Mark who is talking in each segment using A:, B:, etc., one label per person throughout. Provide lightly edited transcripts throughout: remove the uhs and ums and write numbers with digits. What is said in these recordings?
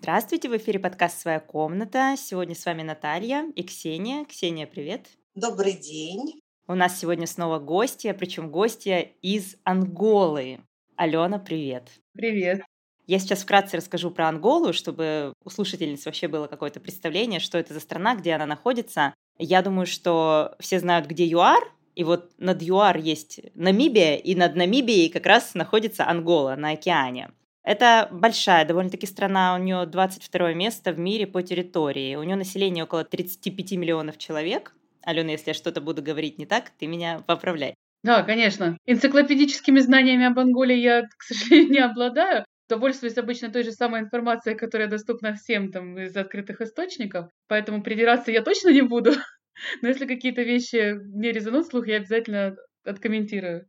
A: Здравствуйте, в эфире подкаст «Своя комната». Сегодня с вами Наталья и Ксения. Ксения, привет.
B: Добрый день.
A: У нас сегодня снова гостья, причем гостья из Анголы. Алена, привет.
C: Привет.
A: Я сейчас вкратце расскажу про Анголу, чтобы у слушательниц вообще было какое-то представление, что это за страна, где она находится. Я думаю, что все знают, где ЮАР, и вот над ЮАР есть Намибия, и над Намибией как раз находится Ангола на океане. Это большая довольно-таки страна, у нее 22 место в мире по территории. У нее население около 35 миллионов человек. Алена, если я что-то буду говорить не так, ты меня поправляй.
C: Да, конечно. Энциклопедическими знаниями об Анголе я, к сожалению, не обладаю. Довольствуюсь обычно той же самой информацией, которая доступна всем там из открытых источников. Поэтому придираться я точно не буду. Но если какие-то вещи мне резанут слух, я обязательно откомментирую.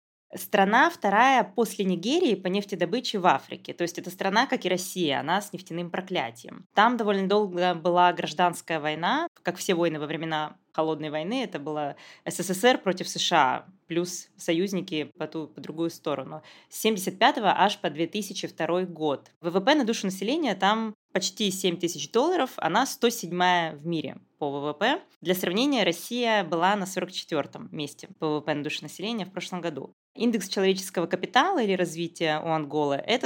A: Страна вторая после Нигерии по нефтедобыче в Африке. То есть это страна, как и Россия, она с нефтяным проклятием. Там довольно долго была гражданская война, как все войны во времена Холодной войны, это было СССР против США, плюс союзники по другую сторону. С 1975 аж по 2002 год. ВВП на душу населения там почти $7 тысяч, она 107-я в мире по ВВП. Для сравнения, Россия была на 44-м месте по ВВП на душу населения в прошлом году. Индекс человеческого капитала или развития у Анголы – это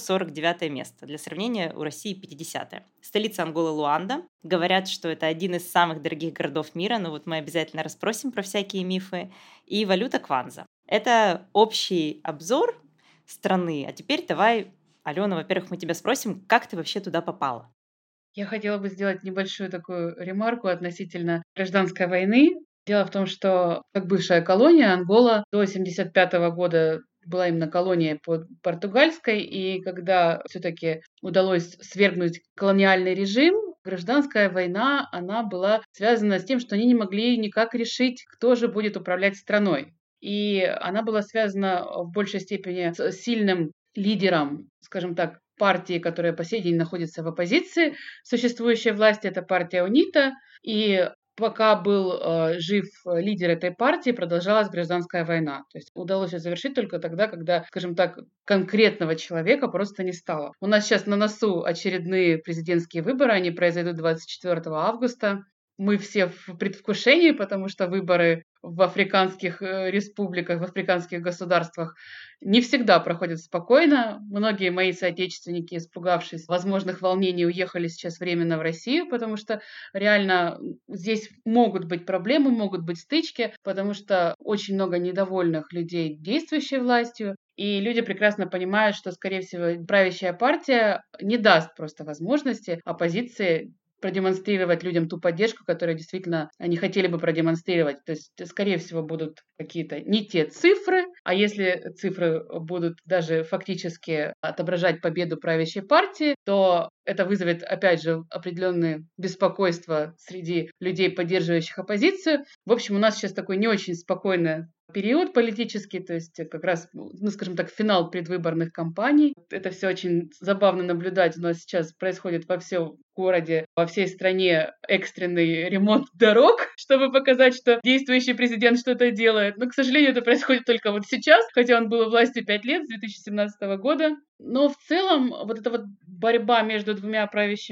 A: 149 место. Для сравнения, у России 50-е. Столица Анголы – Луанда. Говорят, что это один из самых дорогих городов мира, но вот мы обязательно расспросим про всякие мифы. И валюта кванза. Это общий обзор страны. А теперь давай, Алена, во-первых, мы тебя спросим, как ты вообще туда попала?
C: Я хотела бы сделать небольшую такую ремарку относительно гражданской войны. Дело в том, что как бывшая колония Ангола до 1975 года была именно колонией под португальской, и когда все-таки удалось свергнуть колониальный режим, гражданская война, она была связана с тем, что они не могли никак решить, кто же будет управлять страной. И она была связана в большей степени с сильным лидером, скажем так, партии, которая по сей день находится в оппозиции существующей власти, это партия УНИТА. И пока был жив лидер этой партии, продолжалась гражданская война. То есть удалось ее завершить только тогда, когда, скажем так, конкретного человека просто не стало. У нас сейчас на носу очередные президентские выборы, они произойдут 24 августа. Мы все в предвкушении, потому что выборы в африканских республиках, в африканских государствах не всегда проходят спокойно. Многие мои соотечественники, испугавшись возможных волнений, уехали сейчас временно в Россию, потому что реально здесь могут быть проблемы, могут быть стычки, потому что очень много недовольных людей действующей властью. И люди прекрасно понимают, что, скорее всего, правящая партия не даст просто возможности оппозиции продемонстрировать людям ту поддержку, которую действительно они хотели бы продемонстрировать. То есть, скорее всего, будут какие-то не те цифры, а если цифры будут даже фактически отображать победу правящей партии, то это вызовет, опять же, определенное беспокойство среди людей, поддерживающих оппозицию. В общем, у нас сейчас такой не очень спокойный период политический, то есть как раз, ну, скажем так, финал предвыборных кампаний. Это все очень забавно наблюдать. У нас сейчас происходит во всем городе, во всей стране экстренный ремонт дорог, чтобы показать, что действующий президент что-то делает. Но, к сожалению, это происходит только вот сейчас, хотя он был у власти 5 лет, с 2017 года. Но в целом вот эта вот борьба между двумя,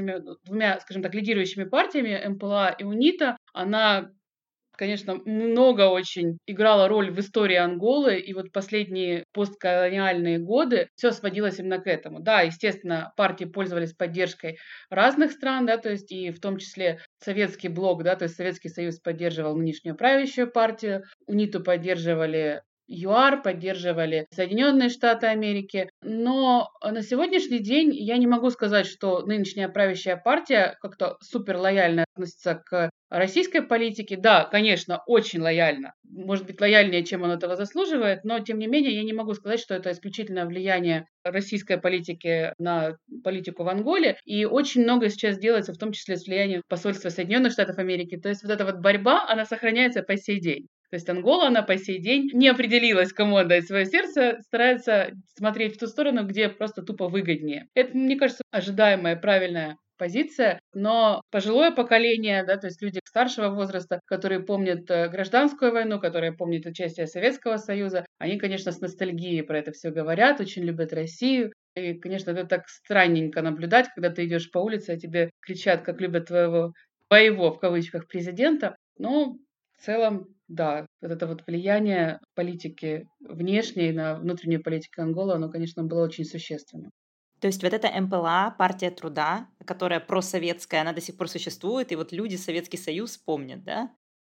C: скажем так, лидирующими партиями, МПЛА и УНИТА, она, конечно, много очень играла роль в истории Анголы, и вот последние постколониальные годы все сводилось именно к этому. Да, естественно, партии пользовались поддержкой разных стран, да, то есть и в том числе советский блок, да, то есть Советский Союз поддерживал нынешнюю правящую партию, УНИТу поддерживали ЮАР, поддерживали Соединенные Штаты Америки. Но на сегодняшний день я не могу сказать, что нынешняя правящая партия как-то супер лояльно относится к российской политике. Да, конечно, очень лояльно. Может быть, лояльнее, чем он этого заслуживает, но, тем не менее, я не могу сказать, что это исключительно влияние российской политики на политику в Анголе. И очень много сейчас делается, в том числе с влиянием посольства Соединенных Штатов Америки. То есть вот эта вот борьба, она сохраняется по сей день. То есть Ангола, она по сей день не определилась, кому отдать свое сердце, старается смотреть в ту сторону, где просто тупо выгоднее. Это, мне кажется, ожидаемая, правильная позиция, но пожилое поколение, да, то есть люди старшего возраста, которые помнят гражданскую войну, которые помнят участие Советского Союза, они, конечно, с ностальгией про это все говорят, очень любят Россию. И, конечно, это так странненько наблюдать, когда ты идешь по улице, а тебе кричат, как любят твоего, в кавычках, президента. Но в целом, да, вот это вот влияние политики внешней на внутреннюю политику Анголы, оно, конечно, было очень существенным.
A: То есть вот эта МПЛА, партия труда, которая просоветская, она до сих пор существует, и вот люди Советский Союз помнят, да?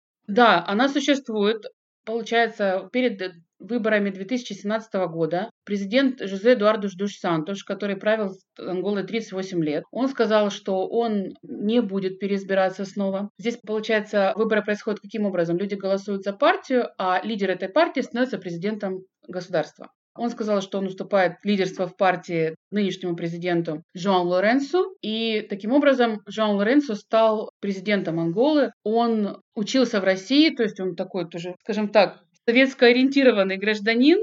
C: Да, она существует. Получается, перед выборами 2017 года президент Жозе Эдуардо Dos Сантош, который правил Анголой 38 лет, он сказал, что он не будет переизбираться снова. Здесь, получается, выборы происходят каким образом? Люди голосуют за партию, а лидер этой партии становится президентом государства. Он сказал, что он уступает лидерство в партии нынешнему президенту Жоан Лоренсу. И таким образом Жоан Лоренсо стал президентом Анголы. Он учился в России, то есть он такой тоже, скажем так, советско-ориентированный гражданин.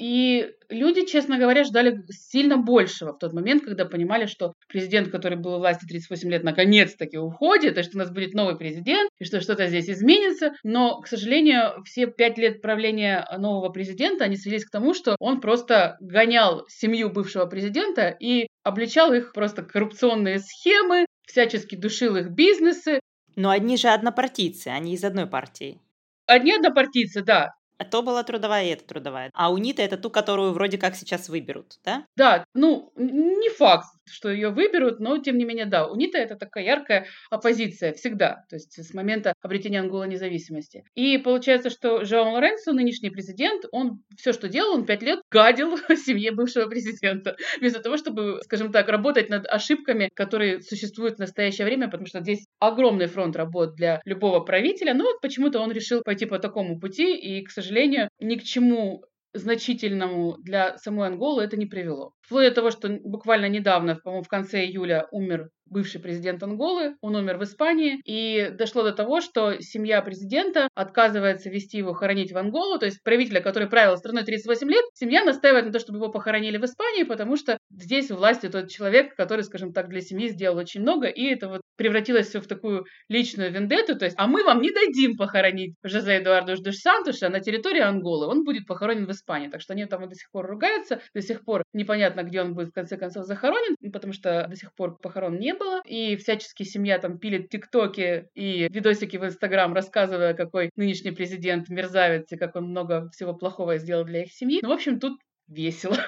C: И люди, честно говоря, ждали сильно большего в тот момент, когда понимали, что президент, который был у власти 38 лет, наконец-таки уходит, и что у нас будет новый президент, и что что-то здесь изменится. Но, к сожалению, все 5 лет правления нового президента, они свелись к тому, что он просто гонял семью бывшего президента и обличал их просто коррупционные схемы, всячески душил их бизнесы.
A: Но одни же однопартийцы, они из одной партии.
C: Одни однопартийцы, да.
A: А то была трудовая, и это трудовая. А УНИТА — это ту, которую вроде как сейчас выберут, да?
C: Да, ну, не факт, что ее выберут, но тем не менее, да, УНИТА это такая яркая оппозиция всегда, то есть с момента обретения Анголы независимости. И получается, что Жоан Лоренсо, нынешний президент, он все, что делал, он 5 лет гадил семье бывшего президента, вместо того, чтобы, скажем так, работать над ошибками, которые существуют в настоящее время, потому что здесь огромный фронт работ для любого правителя, но вот почему-то он решил пойти по такому пути, и, к сожалению, ни к чему значительному для самой Анголы это не привело. Вплоть до того, что буквально недавно, по-моему, в конце июля умер бывший президент Анголы, он умер в Испании, и дошло до того, что семья президента отказывается вести его хоронить в Анголу, то есть правителя, который правил страной 38 лет, семья настаивает на том, чтобы его похоронили в Испании, потому что здесь у власти тот человек, который, скажем так, для семьи сделал очень много, и это вот превратилось все в такую личную вендетту, то есть, а мы вам не дадим похоронить Жозе Эдуардо Dos Сантоша на территории Анголы, он будет похоронен в Испании, так что они там и до сих пор ругаются, до сих пор непонятно, где он будет в конце концов захоронен, потому что до сих пор похорон не было, и всячески семья там пилит тиктоки и видосики в Инстаграм, рассказывая, какой нынешний президент мерзавец и как он много всего плохого сделал для их семьи. Ну, в общем, тут весело.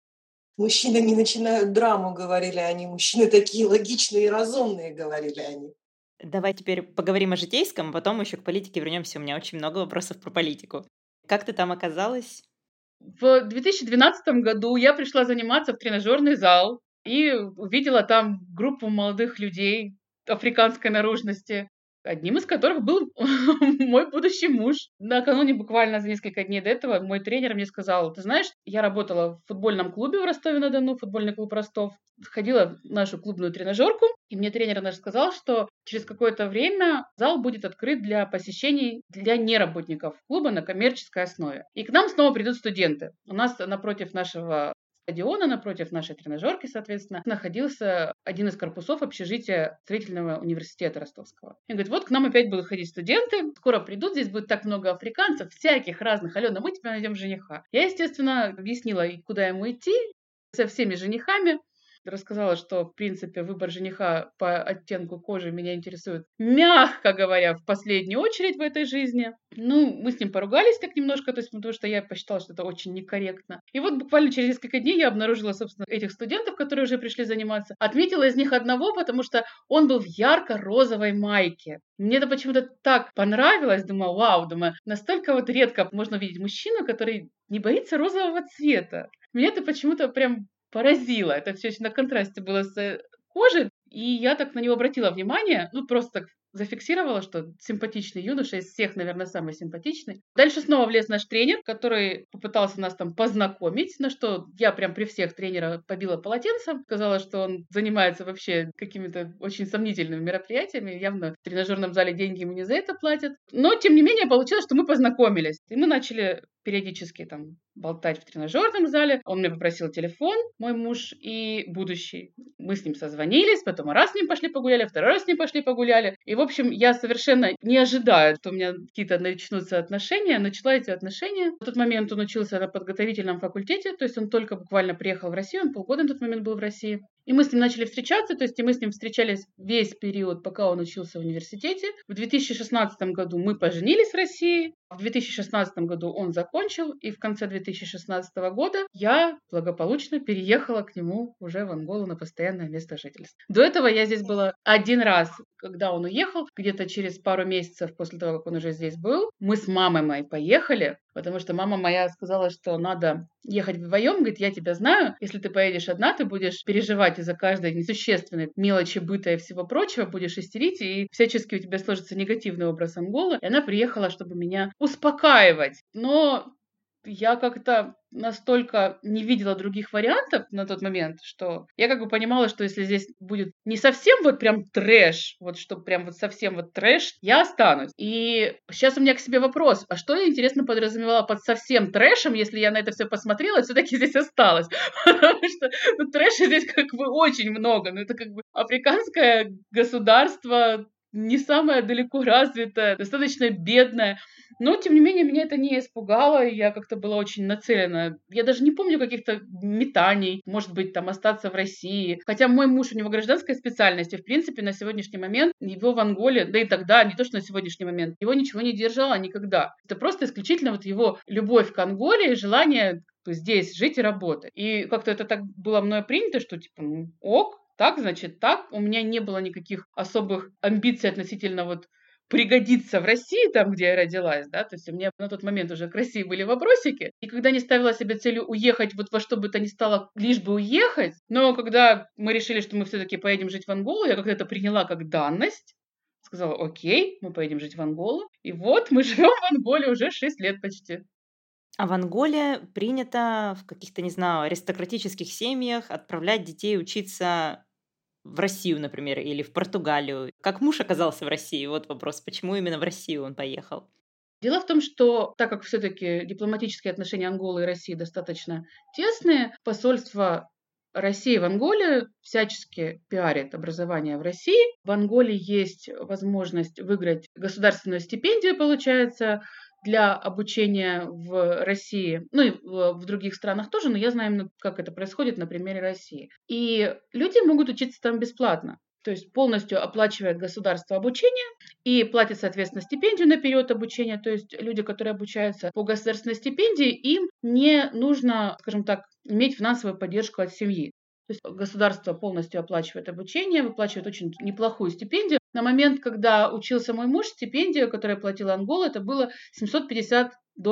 B: Мужчины не начинают драму, говорили они. Мужчины такие логичные и разумные, говорили они.
A: Давай теперь поговорим о житейском, а потом еще к политике вернемся. У меня очень много вопросов про политику. Как ты там оказалась?
C: В 2012 году я пришла заниматься в тренажерный зал и увидела там группу молодых людей африканской наружности, одним из которых был мой будущий муж. Накануне, буквально за несколько дней до этого, мой тренер мне сказал: ты знаешь, я работала в футбольном клубе в Ростове-на-Дону, футбольный клуб Ростов, ходила в нашу клубную тренажерку, и мне тренер наш сказал, что через какое-то время зал будет открыт для посещений для неработников клуба на коммерческой основе. И к нам снова придут студенты. У нас напротив нашего стадиона, напротив нашей тренажерки, соответственно, находился один из корпусов общежития строительного университета ростовского. И говорит: вот к нам опять будут ходить студенты, скоро придут, здесь будет так много африканцев, всяких разных. Алена, мы тебе найдем жениха. Я, естественно, объяснила, куда ему идти, со всеми женихами. Рассказала, что, в принципе, выбор жениха по оттенку кожи меня интересует, мягко говоря, в последнюю очередь в этой жизни. Ну, мы с ним поругались так немножко, то есть, потому что я посчитала, что это очень некорректно. И вот буквально через несколько дней я обнаружила, собственно, этих студентов, которые уже пришли заниматься. Отметила из них одного, потому что он был в ярко-розовой майке. Мне это почему-то так понравилось. Думаю, вау, настолько вот редко можно увидеть мужчину, который не боится розового цвета. Меня это почему-то прям поразило. Это все очень на контрасте было с кожей. И я так на него обратила внимание, ну просто так зафиксировала, что симпатичный юноша, из всех, наверное, самый симпатичный. Дальше снова влез наш тренер, который попытался нас там познакомить, на что я прям при всех тренера побила полотенцем, сказала, что он занимается вообще какими-то очень сомнительными мероприятиями, явно в тренажерном зале деньги ему не за это платят. Но, тем не менее, получилось, что мы познакомились, и мы начали периодически там болтать в тренажерном зале. Он мне попросил телефон, мой муж и будущий. Мы с ним созвонились, потом раз с ним пошли погуляли, второй раз с ним пошли погуляли. И, в общем, я совершенно не ожидаю, что у меня какие-то начнутся отношения. Начала эти отношения. В тот момент он учился на подготовительном факультете, то есть он только буквально приехал в Россию, он полгода на тот момент был в России. И мы с ним начали встречаться, то есть и мы с ним встречались весь период, пока он учился в университете. В 2016 году мы поженились в России, в 2016 году он закончил, и в конце 2016 года я благополучно переехала к нему уже в Анголу на постоянное место жительства. До этого я здесь была один раз, когда он уехал, где-то через пару месяцев после того, как он уже здесь был. Мы с мамой моей поехали, потому что мама моя сказала, что надо ехать вдвоем. Говорит, я тебя знаю, если ты поедешь одна, ты будешь переживать из-за каждой несущественной мелочи быта и всего прочего, будешь истерить, и всячески у тебя сложится негативный образ Анголы. И она приехала, чтобы меня успокаивать. Но я как-то настолько не видела других вариантов на тот момент, что я как бы понимала, что если здесь будет не совсем вот прям трэш, вот что прям вот совсем вот трэш, я останусь. И сейчас у меня к себе вопрос, а что я, интересно, подразумевала под совсем трэшем, если я на это все посмотрела, все-таки здесь осталась? Потому что трэша здесь как бы очень много, это как бы африканское государство, не самое далеко развитое, достаточно бедное. Но, тем не менее, меня это не испугало, и я как-то была очень нацелена. Я даже не помню каких-то метаний, может быть, там остаться в России. Хотя мой муж, у него гражданская специальность, и, в принципе, на сегодняшний момент его в Анголе, да и тогда, не то что на сегодняшний момент, его ничего не держало никогда. Это просто исключительно вот его любовь к Анголе и желание здесь жить и работать. И как-то это так было мною принято, что типа, ок, так, значит, так. У меня не было никаких особых амбиций относительно вот пригодиться в России, там, где я родилась, да, то есть у меня на тот момент уже к России были вопросики, и когда не ставила себе целью уехать вот во что бы то ни стало, лишь бы уехать, но когда мы решили, что мы все-таки поедем жить в Анголу, я как-то это приняла как данность, сказала, окей, мы поедем жить в Анголу, и вот мы живем в Анголе уже 6 лет почти.
A: А в Анголе принято в каких-то, не знаю, аристократических семьях отправлять детей учиться в Россию, например, или в Португалию. Как муж оказался в России? Вот вопрос, почему именно в Россию он поехал?
C: Дело в том, что так как все-таки дипломатические отношения Анголы и России достаточно тесные, посольство России в Анголе всячески пиарит образование в России. В Анголе есть возможность выиграть государственную стипендию, получается, для обучения в России, ну и в других странах тоже, но я знаю именно, как это происходит на примере России. И люди могут учиться там бесплатно. То есть полностью оплачивает государство обучение и платит, соответственно, стипендию на период обучения. То есть люди, которые обучаются по государственной стипендии, им не нужно, скажем так, иметь финансовую поддержку от семьи. То есть государство полностью оплачивает обучение, выплачивает очень неплохую стипендию. На момент, когда учился мой муж, стипендия, которую платила Ангола, это было $750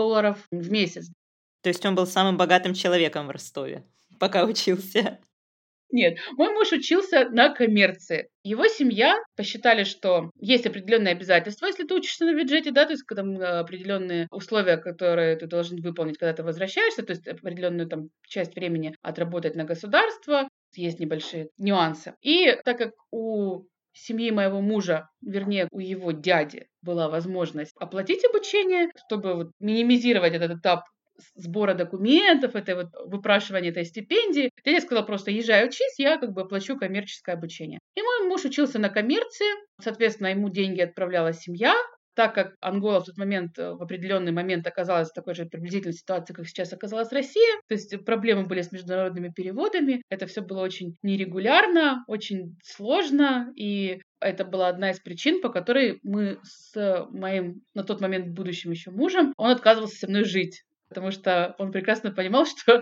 C: в месяц.
A: То есть он был самым богатым человеком в Ростове, пока учился?
C: Нет, мой муж учился на коммерции. Его семья посчитали, что есть определенные обязательства, если ты учишься на бюджете, да, то есть когда определенные условия, которые ты должен выполнить, когда ты возвращаешься, то есть определенную там часть времени отработать на государство, есть небольшие нюансы. И так как у семьи моего мужа, вернее, у его дяди была возможность оплатить обучение, чтобы вот минимизировать этот этап сбора документов, это вот выпрашивание этой стипендии. Я сказала просто, езжай, учись, я как бы оплачу коммерческое обучение. И мой муж учился на коммерции, соответственно, ему деньги отправляла семья. Так как Ангола в тот момент, в определенный момент оказалась в такой же приблизительной ситуации, как сейчас оказалась Россия, то есть проблемы были с международными переводами, это все было очень нерегулярно, очень сложно, и это была одна из причин, по которой мы с моим на тот момент будущим еще мужем, он отказывался со мной жить. Потому что он прекрасно понимал, что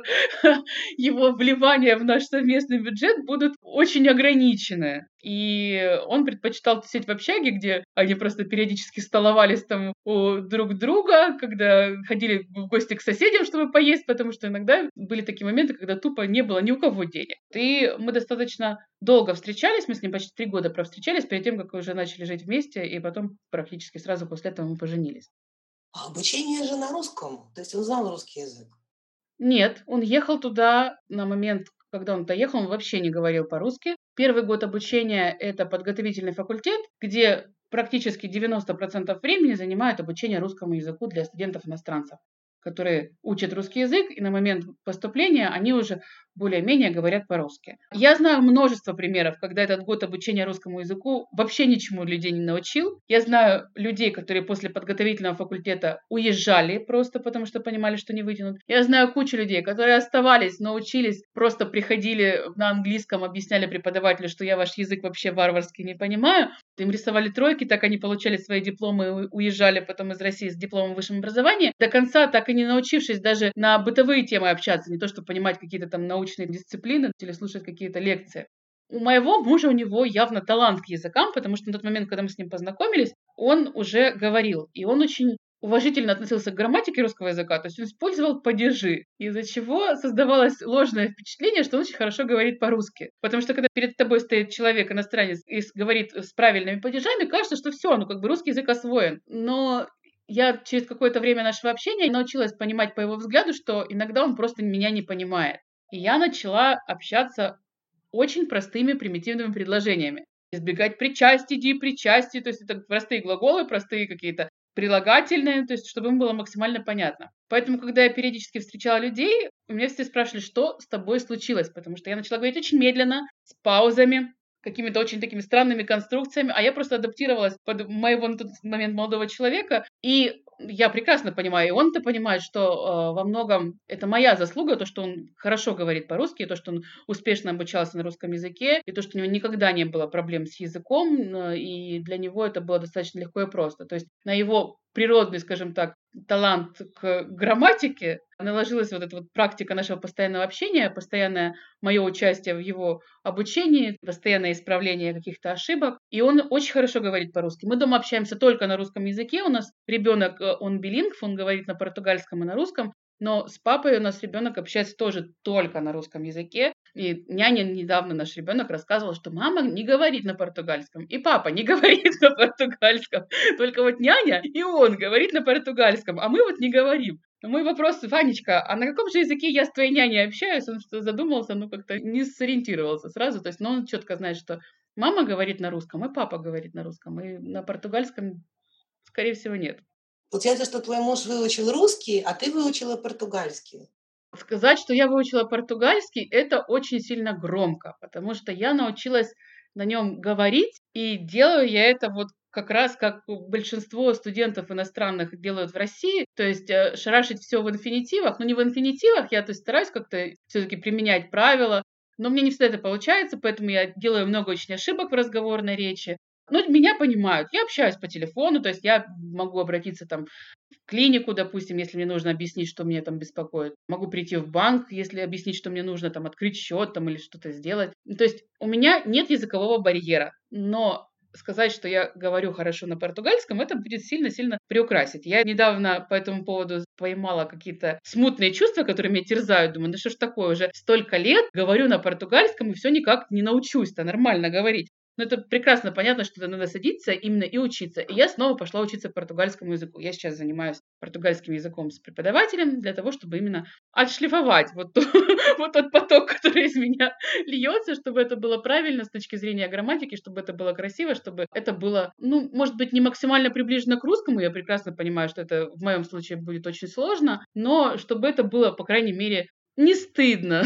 C: его вливания в наш совместный бюджет будут очень ограничены. И он предпочитал сидеть в общаге, где они просто периодически столовались там у друг друга, когда ходили в гости к соседям, чтобы поесть, потому что иногда были такие моменты, когда тупо не было ни у кого денег. И мы достаточно долго встречались, мы с ним почти 3 года провстречались перед тем, как уже начали жить вместе, и потом практически сразу после этого мы поженились.
B: А обучение же на русском, то есть он знал русский язык?
C: Нет, он ехал туда на момент, когда он доехал, он вообще не говорил по-русски. Первый год обучения – это подготовительный факультет, где практически 90% времени занимает обучение русскому языку для студентов-иностранцев. которые учат русский язык, и на момент поступления они уже более-менее говорят по-русски. Я знаю множество примеров, когда этот год обучения русскому языку вообще ничему людей не научил. Я знаю людей, которые после подготовительного факультета уезжали просто потому, что понимали, что не вытянут. Я знаю кучу людей, которые оставались, но учились, просто приходили на английском, объясняли преподавателю, что я ваш язык вообще варварский не понимаю. Им рисовали тройки, так они получали свои дипломы и уезжали потом из России с дипломом в высшем образовании, до конца так и не научившись даже на бытовые темы общаться, не то, чтобы понимать какие-то там научные дисциплины или слушать какие-то лекции. У моего мужа, у него явно талант к языкам, потому что на тот момент, когда мы с ним познакомились, он уже говорил, и он очень уважительно относился к грамматике русского языка, то есть он использовал падежи, из-за чего создавалось ложное впечатление, что он очень хорошо говорит по-русски. Потому что когда перед тобой стоит человек, иностранец, и говорит с правильными падежами, кажется, что все, ну как бы русский язык освоен. Но я через какое-то время нашего общения научилась понимать по его взгляду, что иногда он просто меня не понимает. И я начала общаться очень простыми примитивными предложениями. Избегать причастий, причастий, то есть это простые глаголы, простые какие-то прилагательные, то есть чтобы им было максимально понятно. Поэтому, когда я периодически встречала людей, меня все спрашивали, что с тобой случилось, потому что я начала говорить очень медленно, с паузами, какими-то очень такими странными конструкциями, а я просто адаптировалась под моего на тот момент молодого человека, и я прекрасно понимаю, и он-то понимает, что во многом это моя заслуга, то, что он хорошо говорит по-русски, то, что он успешно обучался на русском языке, и то, что у него никогда не было проблем с языком, и для него это было достаточно легко и просто. То есть на его природный, скажем так, талант к грамматике наложилась вот эта вот практика нашего постоянного общения, постоянное мое участие в его обучении, постоянное исправление каких-то ошибок. И он очень хорошо говорит по-русски. Мы дома общаемся только на русском языке. У нас ребенок, он билингв, он говорит на португальском и на русском. Но с папой у нас ребенок общается тоже только на русском языке. И няня недавно, наш ребенок, рассказывал, что мама не говорит на португальском, и папа не говорит на португальском. Только вот няня и он говорит на португальском, а мы вот не говорим. Мой вопрос: Ванечка, а на каком же языке я с твоей няней общаюсь? Он что задумался, ну как-то не сориентировался сразу. То есть, но он четко знает, что мама говорит на русском, и папа говорит на русском, и на португальском, скорее всего, нет.
B: Получается, что твой муж выучил русский, а ты выучила португальский.
C: Сказать, что я выучила португальский, это очень сильно громко, потому что я научилась на нем говорить, и делаю я это вот как раз как большинство студентов иностранных делают в России, то есть шарашить все в инфинитивах, но не в инфинитивах, я то есть стараюсь как-то все-таки применять правила, но мне не всегда это получается, поэтому я делаю много очень ошибок в разговорной речи. Но меня понимают, я общаюсь по телефону, то есть я могу обратиться там в клинику, допустим, если мне нужно объяснить, что меня там беспокоит. Могу прийти в банк, если объяснить, что мне нужно там открыть счет там, или что-то сделать. То есть у меня нет языкового барьера, но сказать, что я говорю хорошо на португальском, это будет сильно-сильно приукрасить. Я недавно по этому поводу поймала какие-то смутные чувства, которые меня терзают. Думаю, да что ж такое, уже столько лет говорю на португальском и все никак не научусь-то нормально говорить. Но это прекрасно понятно, что надо садиться именно и учиться. И я снова пошла учиться португальскому языку. Я сейчас занимаюсь португальским языком с преподавателем для того, чтобы именно отшлифовать вот тот поток, который из меня льется, чтобы это было правильно с точки зрения грамматики, чтобы это было красиво, чтобы это было, ну, может быть, не максимально приближено к русскому. Я прекрасно понимаю, что это в моем случае будет очень сложно, но чтобы это было, по крайней мере, не стыдно.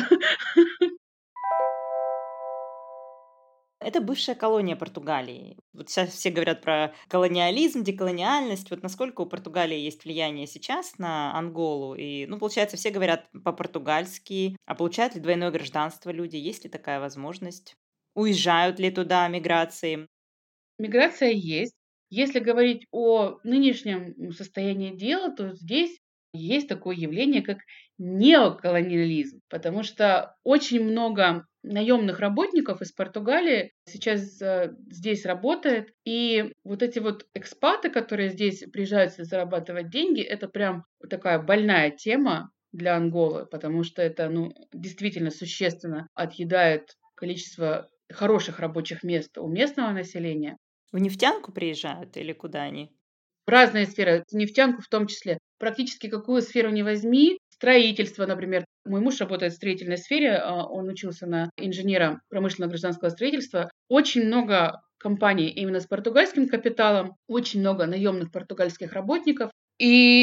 A: Это бывшая колония Португалии. Вот сейчас все говорят про колониализм, деколониальность. Вот насколько у Португалии есть влияние сейчас на Анголу? И, ну, получается, все говорят по-португальски. А получают ли двойное гражданство люди? Есть ли такая возможность? Уезжают ли туда миграции?
C: Миграция есть. Если говорить о нынешнем состоянии дела, то здесь есть такое явление, как неоколониализм, потому что очень много наемных работников из Португалии сейчас здесь работает, и вот эти вот экспаты, которые здесь приезжают зарабатывать деньги, это прям такая больная тема для Анголы, потому что это, ну, действительно существенно отъедает количество хороших рабочих мест у местного населения.
A: В нефтянку приезжают или куда они?
C: В разные сферы, нефтянку в том числе. Практически какую сферу не возьми, строительство, например. Мой муж работает в строительной сфере, он учился на инженера промышленного гражданского строительства. Очень много компаний именно с португальским капиталом, очень много наемных португальских работников. И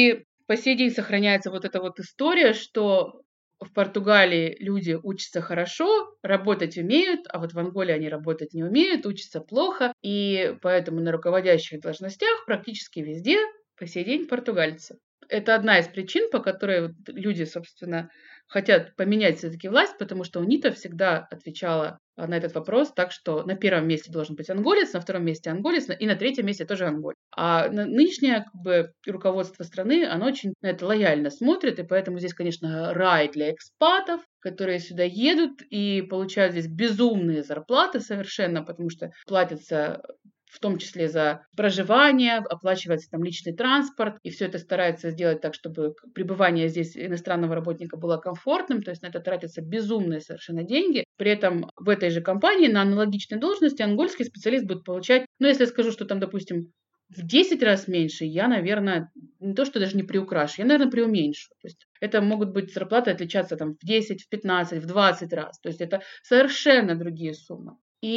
C: по сей день сохраняется вот эта вот история, что в Португалии люди учатся хорошо, работать умеют, а вот в Анголе они работать не умеют, учатся плохо, и поэтому на руководящих должностях практически везде по сей день португальцы. Это одна из причин, по которой люди, собственно, хотят поменять все-таки власть, потому что УНИТА всегда отвечала на этот вопрос так, что на первом месте должен быть анголец, на втором месте анголец, и на третьем месте тоже анголец. А нынешнее руководство страны, оно очень на это лояльно смотрит, и поэтому здесь, конечно, рай для экспатов, которые сюда едут и получают здесь безумные зарплаты совершенно, потому что платятся в том числе за проживание, оплачивается там личный транспорт, и все это старается сделать так, чтобы пребывание здесь иностранного работника было комфортным, то есть на это тратятся безумные совершенно деньги. При этом в этой же компании на аналогичной должности ангольский специалист будет получать, если я скажу, что там, допустим, в 10 раз меньше, я, наверное, не то, что даже не приукрашу, я, наверное, преуменьшу. То есть это могут быть зарплаты отличаться там в 10, в 15, в 20 раз. То есть это совершенно другие суммы.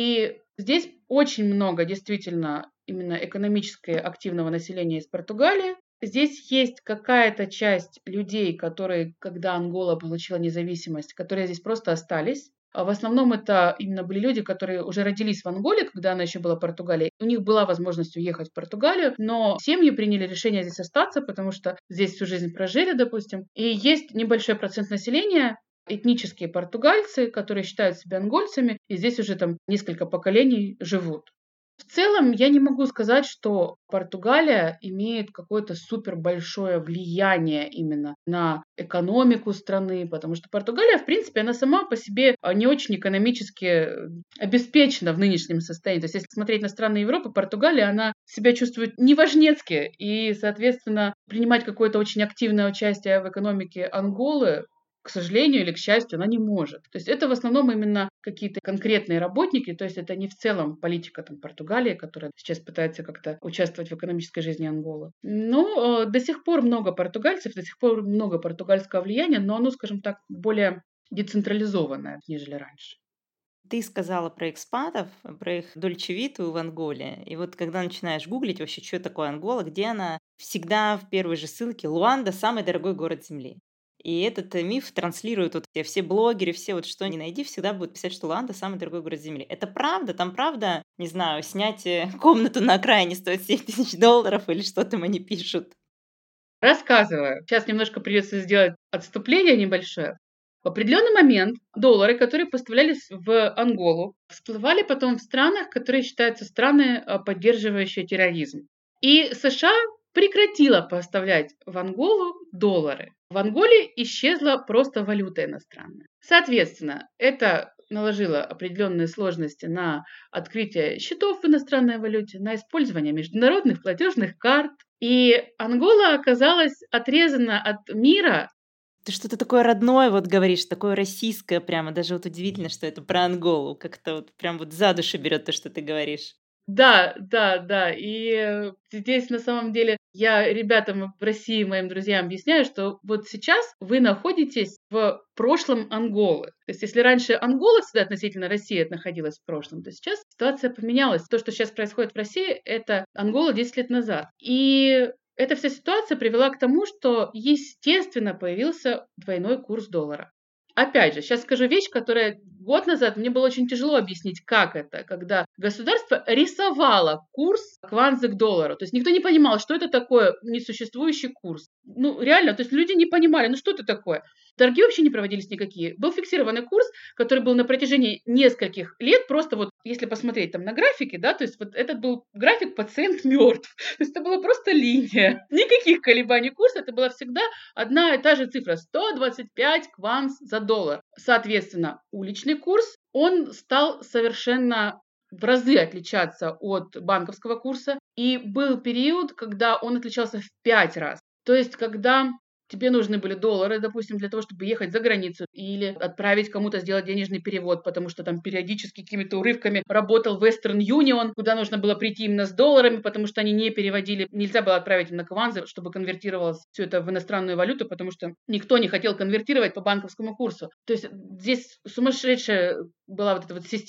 C: И здесь очень много действительно именно экономически активного населения из Португалии. Здесь есть какая-то часть людей, которые, когда Ангола получила независимость, которые здесь просто остались. А в основном это именно были люди, которые уже родились в Анголе, когда она еще была Португалией. У них была возможность уехать в Португалию, но семьи приняли решение здесь остаться, потому что здесь всю жизнь прожили, допустим. И есть небольшой процент населения, этнические португальцы, которые считают себя ангольцами, и здесь уже там несколько поколений живут. В целом, я не могу сказать, что Португалия имеет какое-то супер большое влияние именно на экономику страны, потому что Португалия, в принципе, она сама по себе не очень экономически обеспечена в нынешнем состоянии. То есть, если смотреть на страны Европы, Португалия, она себя чувствует неважнецки, и, соответственно, принимать какое-то очень активное участие в экономике Анголы, к сожалению или к счастью, она не может. То есть это в основном именно какие-то конкретные работники, то есть это не в целом политика там, Португалии, которая сейчас пытается как-то участвовать в экономической жизни Анголы. Но до сих пор много португальцев, до сих пор много португальского влияния, но оно, скажем так, более децентрализованное, нежели раньше.
A: Ты сказала про экспатов, про их дольче-виту в Анголе. И вот когда начинаешь гуглить вообще, что такое Ангола, где она, всегда в первой же ссылке Луанда – самый дорогой город Земли. И этот миф транслируют вот все блогеры, все вот что ни найди, всегда будут писать, что Луанда – самый дорогой город Земли. Это правда? Там правда, не знаю, снять комнату на окраине стоит $7000 или что там они пишут?
C: Рассказываю. Сейчас немножко придется сделать отступление небольшое. В определенный момент доллары, которые поставлялись в Анголу, всплывали потом в странах, которые считаются страны, поддерживающие терроризм. И США прекратила поставлять в Анголу доллары. В Анголе исчезла просто валюта иностранная. Соответственно, это наложило определенные сложности на открытие счетов в иностранной валюте, на использование международных платежных карт. И Ангола оказалась отрезана от мира.
A: Ты что-то такое родное вот говоришь, такое российское прямо, даже вот удивительно, что это про Анголу, как-то вот прям вот за душу берет то, что ты говоришь.
C: Да. И здесь на самом деле я ребятам в России, моим друзьям объясняю, что вот сейчас вы находитесь в прошлом Анголы. То есть если раньше Ангола всегда относительно России находилась в прошлом, то сейчас ситуация поменялась. То, что сейчас происходит в России, это Ангола 10 лет назад. И эта вся ситуация привела к тому, что, естественно, появился двойной курс доллара. Опять же, сейчас скажу вещь, которая год назад мне было очень тяжело объяснить, как это, когда государство рисовало курс кванзы к доллару. То есть никто не понимал, что это такое несуществующий курс. Реально, то есть люди не понимали, что это такое. Торги вообще не проводились никакие. Был фиксированный курс, который был на протяжении нескольких лет. Просто вот, если посмотреть там на графике, да, то есть вот этот был график пациент мертв. То есть это была просто линия. Никаких колебаний курса. Это была всегда одна и та же цифра. 125 кванз за доллар. Соответственно, уличный курс, он стал совершенно в разы отличаться от банковского курса. И был период, когда он отличался в 5 раз. То есть, когда тебе нужны были доллары, допустим, для того, чтобы ехать за границу или отправить кому-то сделать денежный перевод, потому что там периодически какими-то урывками работал Western Union, куда нужно было прийти именно с долларами, потому что они не переводили, нельзя было отправить им на кванзы, чтобы конвертировалось все это в иностранную валюту, потому что никто не хотел конвертировать по банковскому курсу. То есть здесь сумасшедшая была вот эта вот система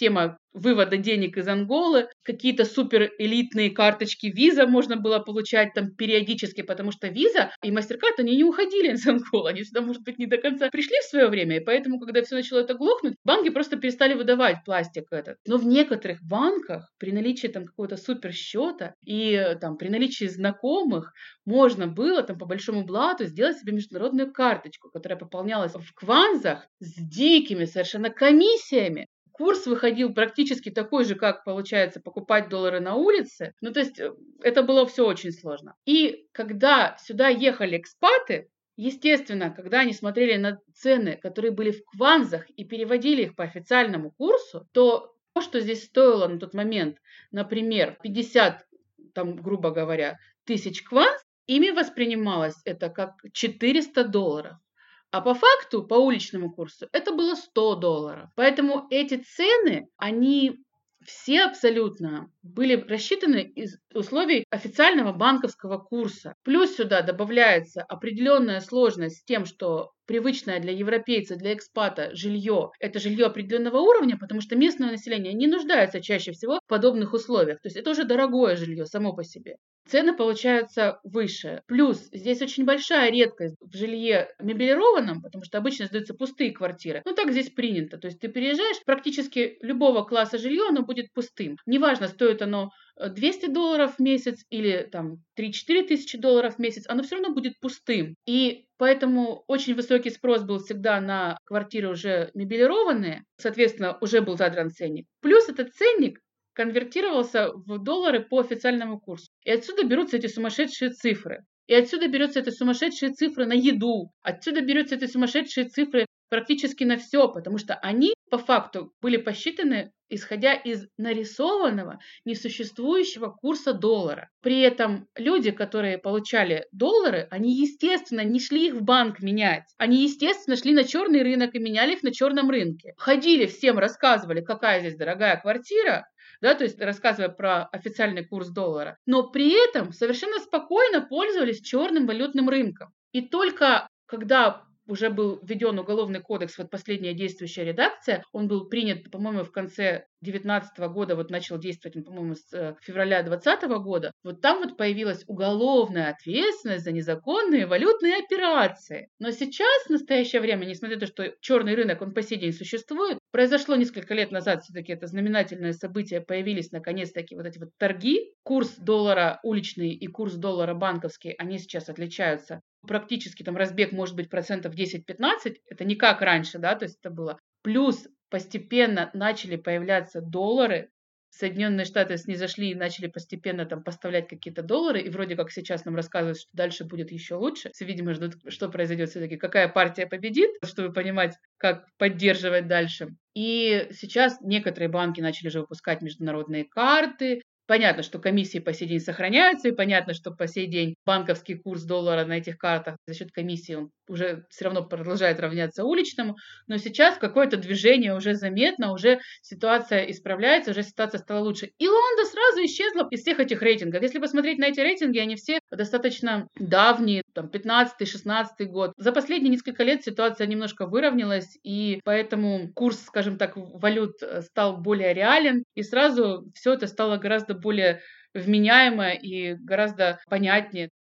C: вывода денег из Анголы, какие-то супер элитные карточки Visa можно было получать там периодически, потому что Visa и MasterCard, они не уходили из Анголы, они сюда, может быть, не до конца пришли в свое время, и поэтому, когда все начало это глохнуть, банки просто перестали выдавать пластик этот. Но в некоторых банках при наличии там какого-то супер счета и там при наличии знакомых можно было там по большому блату сделать себе международную карточку, которая пополнялась в кванзах с дикими совершенно комиссиями. Курс выходил практически такой же, как, получается, покупать доллары на улице. Ну, то есть это было все очень сложно. И когда сюда ехали экспаты, естественно, когда они смотрели на цены, которые были в кванзах, и переводили их по официальному курсу, то, что здесь стоило на тот момент, например, 50, там, грубо говоря, тысяч кванз, ими воспринималось это как $400. А по факту, по уличному курсу, это было $100. Поэтому эти цены, они все абсолютно были рассчитаны из условий официального банковского курса. Плюс сюда добавляется определенная сложность с тем, что привычное для европейца, для экспата жилье – это жилье определенного уровня, потому что местное население не нуждается чаще всего в подобных условиях. То есть это уже дорогое жилье само по себе. Цены получаются выше. Плюс здесь очень большая редкость в жилье меблированном, потому что обычно сдаются пустые квартиры. Ну так здесь принято. То есть ты переезжаешь, практически любого класса жилье, оно будет пустым. Неважно, стоит оно $200 в месяц или там 3-4 тысячи долларов в месяц, оно все равно будет пустым. И поэтому очень высокий спрос был всегда на квартиры уже меблированные, соответственно, уже был задран ценник. Плюс этот ценник конвертировался в доллары по официальному курсу. И отсюда берутся эти сумасшедшие цифры. И отсюда берутся эти сумасшедшие цифры на еду. Отсюда берутся эти сумасшедшие цифры практически на все, потому что они по факту были посчитаны, исходя из нарисованного, несуществующего курса доллара. При этом люди, которые получали доллары, они, естественно, не шли их в банк менять. Они, естественно, шли на черный рынок и меняли их на черном рынке. Ходили, всем рассказывали, какая здесь дорогая квартира, да, то есть рассказывая про официальный курс доллара, но при этом совершенно спокойно пользовались черным валютным рынком. И только когда уже был введен уголовный кодекс, вот последняя действующая редакция, он был принят, по-моему, в конце 2019 года, вот начал действовать он, по-моему, с февраля 2020 года, вот там вот появилась уголовная ответственность за незаконные валютные операции. Но сейчас, в настоящее время, несмотря на то, что черный рынок, он по сей день существует, произошло несколько лет назад все-таки это знаменательное событие, появились наконец-таки вот эти вот торги, курс доллара уличный и курс доллара банковский, они сейчас отличаются. Практически там разбег может быть процентов 10-15, это не как раньше, да, то есть это было. Плюс постепенно начали появляться доллары, Соединенные Штаты снизошли и начали постепенно там поставлять какие-то доллары, и вроде как сейчас нам рассказывают, что дальше будет еще лучше. Все, видимо, ждут, что произойдет все-таки, какая партия победит, чтобы понимать, как поддерживать дальше. И сейчас некоторые банки начали же выпускать международные карты. Понятно, что комиссии по сей день сохраняются, и понятно, что по сей день банковский курс доллара на этих картах за счет комиссии он уже все равно продолжает равняться уличному, но сейчас какое-то движение уже заметно, уже ситуация исправляется, уже ситуация стала лучше. И Лондон сразу исчезла из всех этих рейтингов. Если посмотреть на эти рейтинги, они все достаточно давние, там 15-16 год. За последние несколько лет ситуация немножко выровнялась, и поэтому курс, скажем так, валют стал более реален, и сразу все это стало гораздо более вменяемо и гораздо понятнее.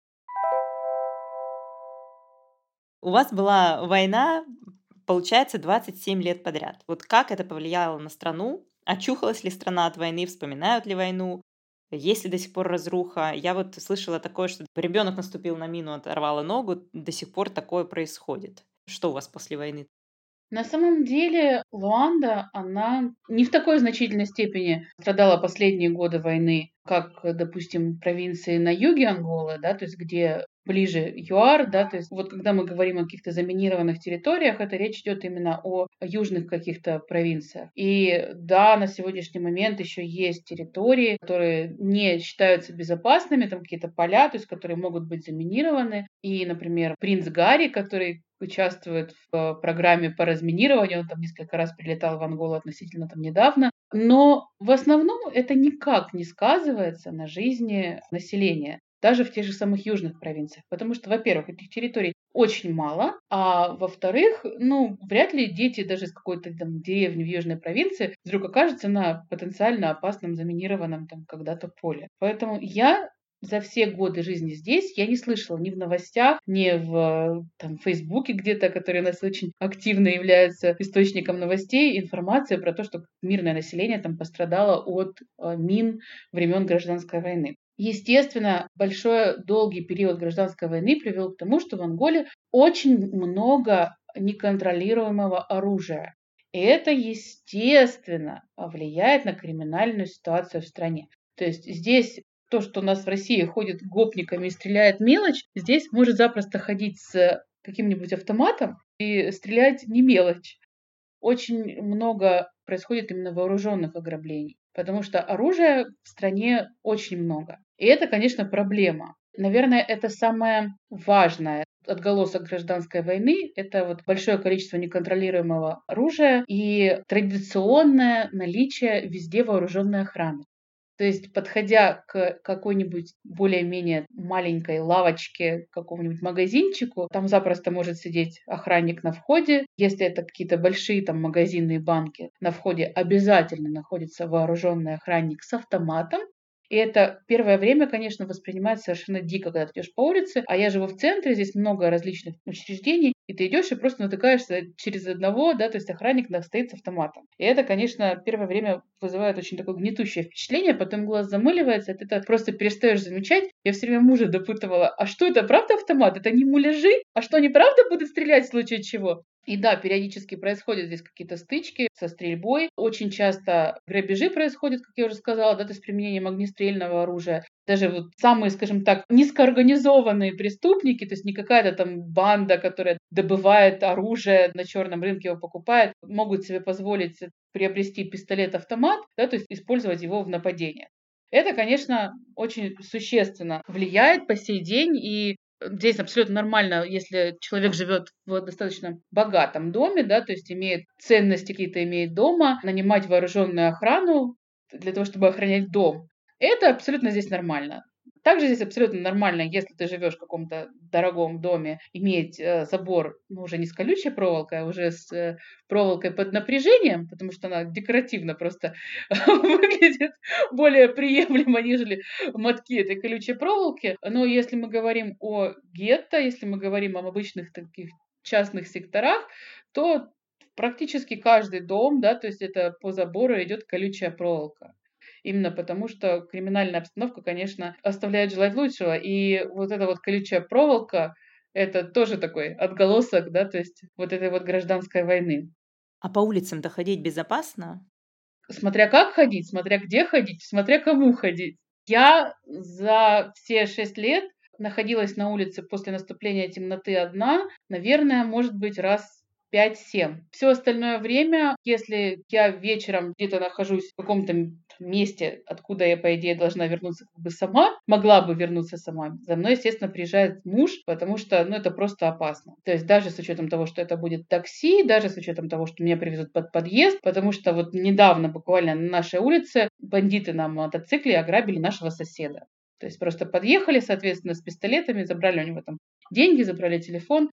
A: У вас была война, получается, 27 лет подряд. Вот как это повлияло на страну? Очухалась ли страна от войны? Вспоминают ли войну? Есть ли до сих пор разруха? Я вот слышала такое, что ребенок наступил на мину, оторвала ногу. До сих пор такое происходит. Что у вас после войны?
C: На самом деле Луанда, она не в такой значительной степени страдала последние годы войны, как, допустим, провинции на юге Анголы, да, то есть где ближе ЮАР, да, то есть вот когда мы говорим о каких-то заминированных территориях, это речь идет именно о южных каких-то провинциях. И да, на сегодняшний момент еще есть территории, которые не считаются безопасными, там какие-то поля, то есть которые могут быть заминированы. И, например, принц Гарри, который участвует в программе по разминированию, он там несколько раз прилетал в Анголу относительно там недавно, но в основном это никак не сказывается на жизни населения, даже в тех же самых южных провинциях, потому что, во-первых, этих территорий очень мало, а во-вторых, вряд ли дети даже из какой-то там деревни в южной провинции вдруг окажутся на потенциально опасном, заминированном там когда-то поле. Поэтому я за все годы жизни здесь я не слышала ни в новостях, ни в Фейсбуке где-то, который у нас очень активно является источником новостей, информации про то, что мирное население там пострадало от мин времен гражданской войны. Естественно, большой долгий период гражданской войны привел к тому, что в Анголе очень много неконтролируемого оружия. И это, естественно, влияет на криминальную ситуацию в стране. То есть здесь то, что у нас в России ходит гопниками и стреляет мелочь, здесь может запросто ходить с каким-нибудь автоматом и стрелять не мелочь. Очень много происходит именно вооруженных ограблений, потому что оружия в стране очень много. И это, конечно, проблема. Наверное, это самое важное отголосок гражданской войны. Это вот большое количество неконтролируемого оружия и традиционное наличие везде вооруженной охраны. То есть, подходя к какой-нибудь более-менее маленькой лавочке, какому-нибудь магазинчику, там запросто может сидеть охранник на входе. Если это какие-то большие там магазинные банки, на входе обязательно находится вооруженный охранник с автоматом. И это первое время, конечно, воспринимается совершенно дико, когда ты идешь по улице. А я живу в центре, здесь много различных учреждений, и ты идешь и просто натыкаешься через одного, да, то есть охранник стоит с автоматом. И это, конечно, первое время вызывает очень такое гнетущее впечатление, потом глаз замыливается, ты это просто перестаешь замечать. Я все время мужа допытывала, а что это, правда автомат? Это не муляжи? А что, они правда будут стрелять в случае чего? И да, периодически происходят здесь какие-то стычки со стрельбой. Очень часто грабежи происходят, как я уже сказала, да, то есть применением огнестрельного оружия. Даже вот самые, скажем так, низкоорганизованные преступники, то есть не какая-то там банда, которая добывает оружие на черном рынке, его покупает, могут себе позволить приобрести пистолет-автомат, да, то есть использовать его в нападении. Это, конечно, очень существенно влияет по сей день, и здесь абсолютно нормально, если человек живет в достаточно богатом доме, да, то есть имеет ценности какие-то, имеет дома, нанимать вооруженную охрану для того, чтобы охранять дом. Это абсолютно здесь нормально. Также здесь абсолютно нормально, если ты живешь в каком-то дорогом доме, иметь забор, уже не с колючей проволокой, а уже с проволокой под напряжением, потому что она декоративно просто выглядит более приемлемо, нежели мотки этой колючей проволоки. Но если мы говорим о гетто, если мы говорим об обычных таких частных секторах, то практически каждый дом, да, то есть это по забору идет колючая проволока. Именно потому, что криминальная обстановка, конечно, оставляет желать лучшего. И вот эта вот колючая проволока, это тоже такой отголосок, да, то есть вот этой вот гражданской войны.
A: А по улицам-то ходить безопасно?
C: Смотря как ходить, смотря где ходить, смотря кому ходить. Я за все 6 лет находилась на улице после наступления темноты одна, наверное, может быть, раз 5-7. Все остальное время, если я вечером где-то нахожусь в каком-то месте, откуда я, по идее, должна вернуться как бы сама, могла бы вернуться сама, за мной, естественно, приезжает муж, потому что, это просто опасно. То есть даже с учетом того, что это будет такси, даже с учетом того, что меня привезут под подъезд, потому что вот недавно буквально на нашей улице бандиты на мотоцикле ограбили нашего соседа. То есть просто подъехали, соответственно, с пистолетами, забрали у него там деньги, забрали телефон.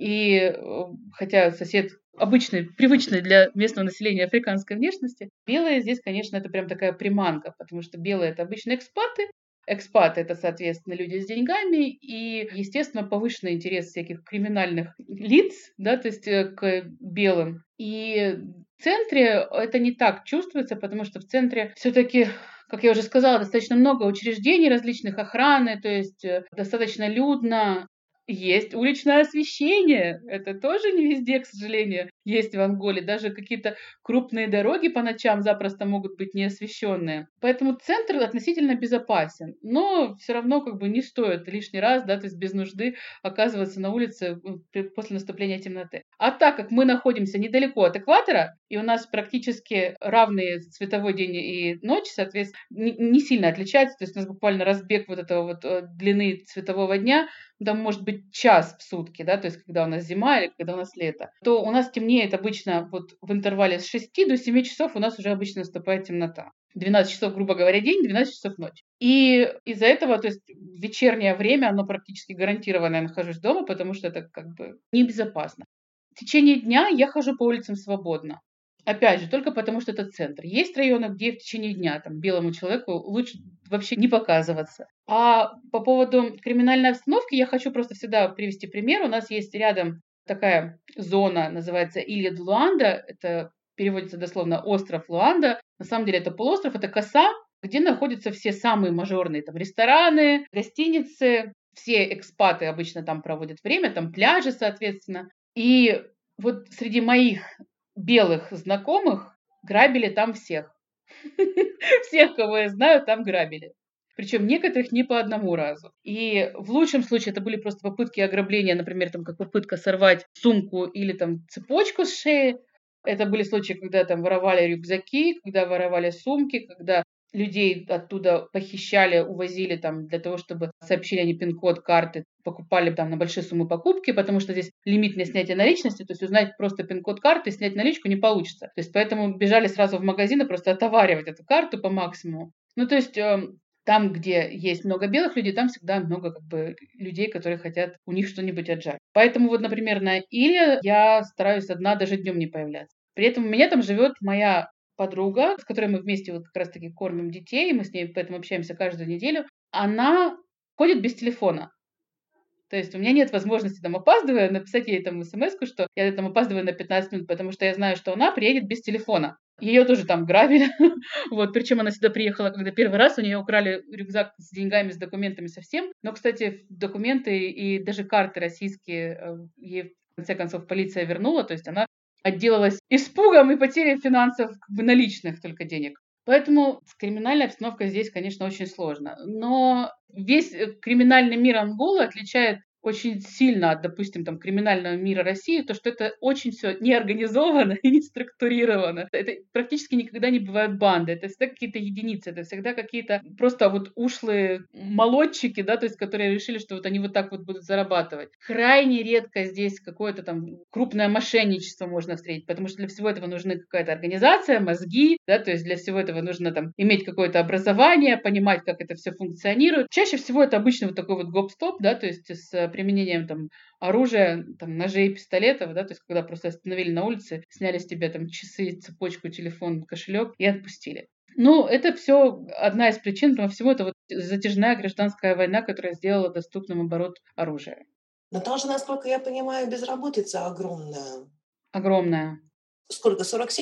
C: И хотя сосед обычный, привычный для местного населения африканской внешности, белые здесь, конечно, это прям такая приманка, потому что белые — это обычно экспаты, экспаты — это, соответственно, люди с деньгами, и, естественно, повышенный интерес всяких криминальных лиц, да, то есть к белым. И в центре это не так чувствуется, потому что в центре все-таки, как я уже сказала, достаточно много учреждений различных охраны, то есть достаточно людно. Есть уличное освещение. Это тоже не везде, к сожалению, есть в Анголе. Даже какие-то крупные дороги по ночам запросто могут быть неосвещенные. Поэтому центр относительно безопасен. Но все равно как бы не стоит лишний раз, да, то есть без нужды оказываться на улице после наступления темноты. А так как мы находимся недалеко от экватора, и у нас практически равные световой день и ночь, соответственно, не сильно отличаются. То есть у нас буквально разбег вот этого вот длины светового дня, там может быть час в сутки, да, то есть когда у нас зима или когда у нас лето, то у нас темнеет темнеет обычно вот в интервале с 6 до 7 часов у нас уже обычно наступает темнота. 12 часов, грубо говоря, день, 12 часов ночь. И из-за этого, то есть в вечернее время, оно практически гарантированно я нахожусь дома, потому что это как бы небезопасно. В течение дня я хожу по улицам свободно. Опять же, только потому что это центр. Есть районы, где в течение дня там, белому человеку лучше вообще не показываться. А по поводу криминальной обстановки я хочу просто всегда привести пример. У нас есть рядом такая зона, называется Илья де Луанда. Это переводится дословно остров Луанда. На самом деле это полуостров, это коса, где находятся все самые мажорные там, рестораны, гостиницы. Все экспаты обычно там проводят время, там пляжи, соответственно. И вот среди моих белых знакомых грабили там всех. Всех, кого я знаю, там грабили. Причем некоторых не по одному разу. И в лучшем случае это были просто попытки ограбления, например, там, как попытка сорвать сумку или там цепочку с шеи. Это были случаи, когда там воровали рюкзаки, когда воровали сумки, когда людей оттуда похищали, увозили там для того, чтобы сообщили они пин-код карты, покупали там на большие суммы покупки, потому что здесь лимит на снятие наличности, то есть узнать просто пин-код карты и снять наличку не получится. То есть поэтому бежали сразу в магазин и просто отоваривать эту карту по максимуму. Ну, то есть там, где есть много белых людей, там всегда много как бы людей, которые хотят у них что-нибудь отжать. Поэтому вот, например, на Иле я стараюсь одна даже днем не появляться. При этом у меня там живет моя подруга, с которой мы вместе вот как раз-таки кормим детей, мы с ней поэтому общаемся каждую неделю, она ходит без телефона. То есть у меня нет возможности там опаздывая написать ей там смс-ку, что я там опаздываю на 15 минут, потому что я знаю, что она приедет без телефона. Ее тоже там грабили. Вот, причем она сюда приехала, когда первый раз у нее украли рюкзак с деньгами, с документами совсем. Но, кстати, документы и даже карты российские ей в конце концов полиция вернула, то есть она отделалась испугом и потерей финансов, как бы наличных только денег. Поэтому криминальная обстановка здесь, конечно, очень сложно. Но весь криминальный мир Анголы отличает очень сильно от, допустим, там, криминального мира России, то, что это очень все неорганизовано и не структурировано. Это практически никогда не бывают банды, это всегда какие-то единицы, это всегда какие-то просто вот ушлые молодчики, да, то есть, которые решили, что вот они вот так вот будут зарабатывать. Крайне редко здесь какое-то там крупное мошенничество можно встретить, потому что для всего этого нужны какая-то организация, мозги, да, то есть для всего этого нужно там иметь какое-то образование, понимать, как это все функционирует. Чаще всего это обычно вот такой вот гоп-стоп, да, то есть с применением там оружия, там, ножей, пистолетов, да, то есть когда просто остановили на улице, сняли с тебя там часы, цепочку, телефон, кошелек и отпустили. Ну, это все одна из причин, но всего это вот затяжная гражданская война, которая сделала доступным оборот оружия.
B: Но там же, насколько я понимаю, безработица огромная.
C: Огромная.
B: Сколько?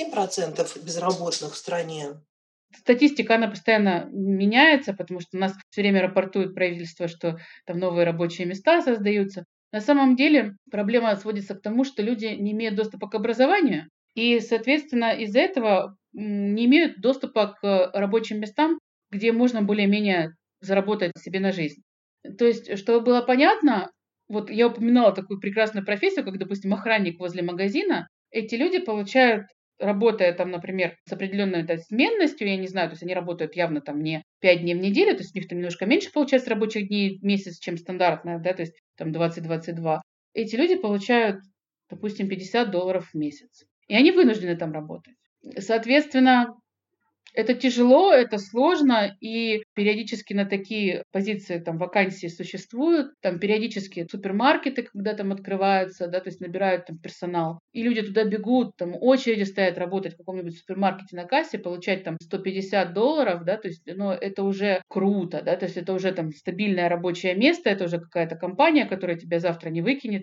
B: 47% безработных в стране?
C: Статистика, она постоянно меняется, потому что у нас все время рапортует правительство, что там новые рабочие места создаются. На самом деле проблема сводится к тому, что люди не имеют доступа к образованию, и, соответственно, из-за этого не имеют доступа к рабочим местам, где можно более-менее заработать себе на жизнь. То есть, чтобы было понятно, вот я упоминала такую прекрасную профессию, как, допустим, охранник возле магазина. Эти люди получают, работая там, например, с определенной сменностью, я не знаю, то есть они работают явно там не 5 дней в неделю, то есть у них там немножко меньше получается рабочих дней в месяц, чем стандартная, да, то есть там 20-22. Эти люди получают, допустим, $50 в месяц. И они вынуждены там работать. Соответственно, это тяжело, это сложно, и периодически на такие позиции там вакансии существуют, там периодически супермаркеты, когда там открываются, да, то есть набирают там персонал, и люди туда бегут, там очереди стоят работать в каком-нибудь супермаркете на кассе, получать там $150, да, то есть, ну, это уже круто, да, то есть это уже там стабильное рабочее место, это уже какая-то компания, которая тебя завтра не выкинет,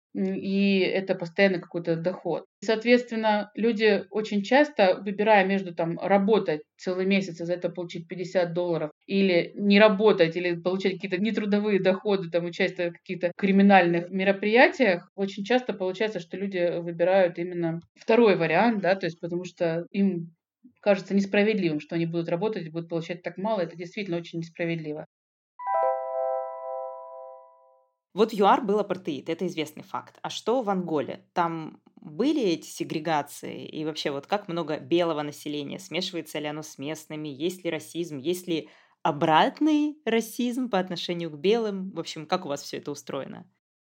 C: и это постоянно какой-то доход. Соответственно, люди очень часто, выбирая между там работать целый месяц и за это получить $50, или не работать, или получать какие-то нетрудовые доходы, там, участвуя в каких-то криминальных мероприятиях, очень часто получается, что люди выбирают именно второй вариант, да, то есть потому что им кажется несправедливым, что они будут работать и будут получать так мало. Это действительно очень несправедливо.
A: Вот в ЮАР был апартеид, это известный факт. А что в Анголе? Там были эти сегрегации? И вообще, вот как много белого населения? Смешивается ли оно с местными? Есть ли расизм? Есть ли обратный расизм по отношению к белым? В общем, как у вас все это устроено?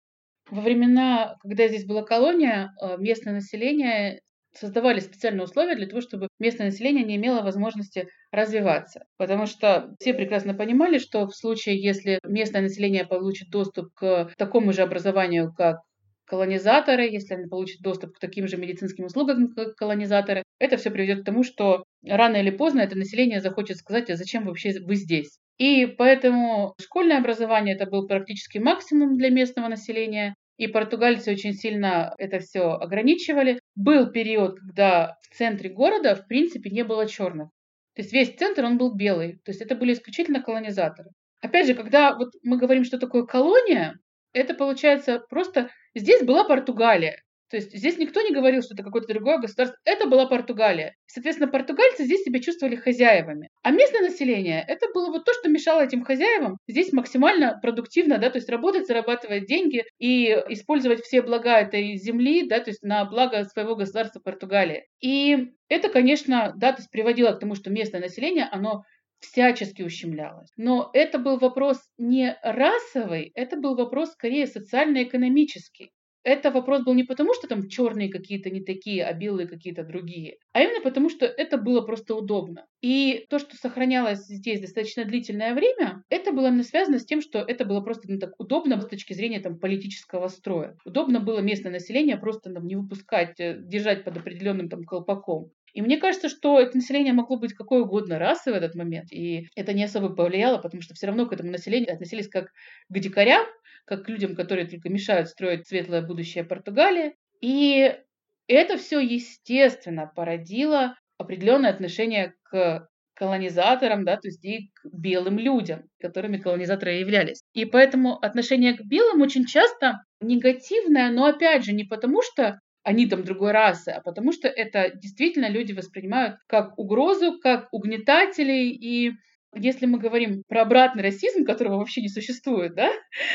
C: Во времена, когда здесь была колония, местное население создавали специальные условия для того, чтобы местное население не имело возможности развиваться. Потому что все прекрасно понимали, что в случае, если местное население получит доступ к такому же образованию, как колонизаторы, если они получат доступ к таким же медицинским услугам, как колонизаторы, это все приведет к тому, что рано или поздно это население захочет сказать, а зачем вообще вы здесь? И поэтому школьное образование это был практически максимум для местного населения. И португальцы очень сильно это все ограничивали. Был период, когда в центре города, в принципе, не было черных. То есть весь центр, он был белый. То есть это были исключительно колонизаторы. Опять же, когда вот мы говорим, что такое колония, это получается просто здесь была Португалия. То есть здесь никто не говорил, что это какое-то другое государство. Это была Португалия. Соответственно, португальцы здесь себя чувствовали хозяевами. А местное население, это было вот то, что мешало этим хозяевам здесь максимально продуктивно, да, то есть работать, зарабатывать деньги и использовать все блага этой земли, да, то есть на благо своего государства Португалии. И это, конечно, да, то есть приводило к тому, что местное население, оно всячески ущемлялось. Но это был вопрос не расовый, это был вопрос скорее социально-экономический. Это вопрос был не потому, что там черные какие-то не такие, а белые какие-то другие, а именно потому, что это было просто удобно. И то, что сохранялось здесь достаточно длительное время, это было именно связано с тем, что это было просто так удобно с точки зрения там, политического строя. Удобно было местное население просто не выпускать, держать под определенным там колпаком. И мне кажется, что это население могло быть какой угодно расы в этот момент, и это не особо повлияло, потому что все равно к этому населению относились как к дикарям, как к людям, которые только мешают строить светлое будущее Португалии. И это все, естественно, породило определенное отношение к колонизаторам, да, то есть и к белым людям, которыми колонизаторы являлись. И поэтому отношение к белым очень часто негативное, но опять же не потому, что они там другой расы, а потому что это действительно люди воспринимают как угрозу, как угнетателей. И если мы говорим про обратный расизм, которого вообще не существует, да,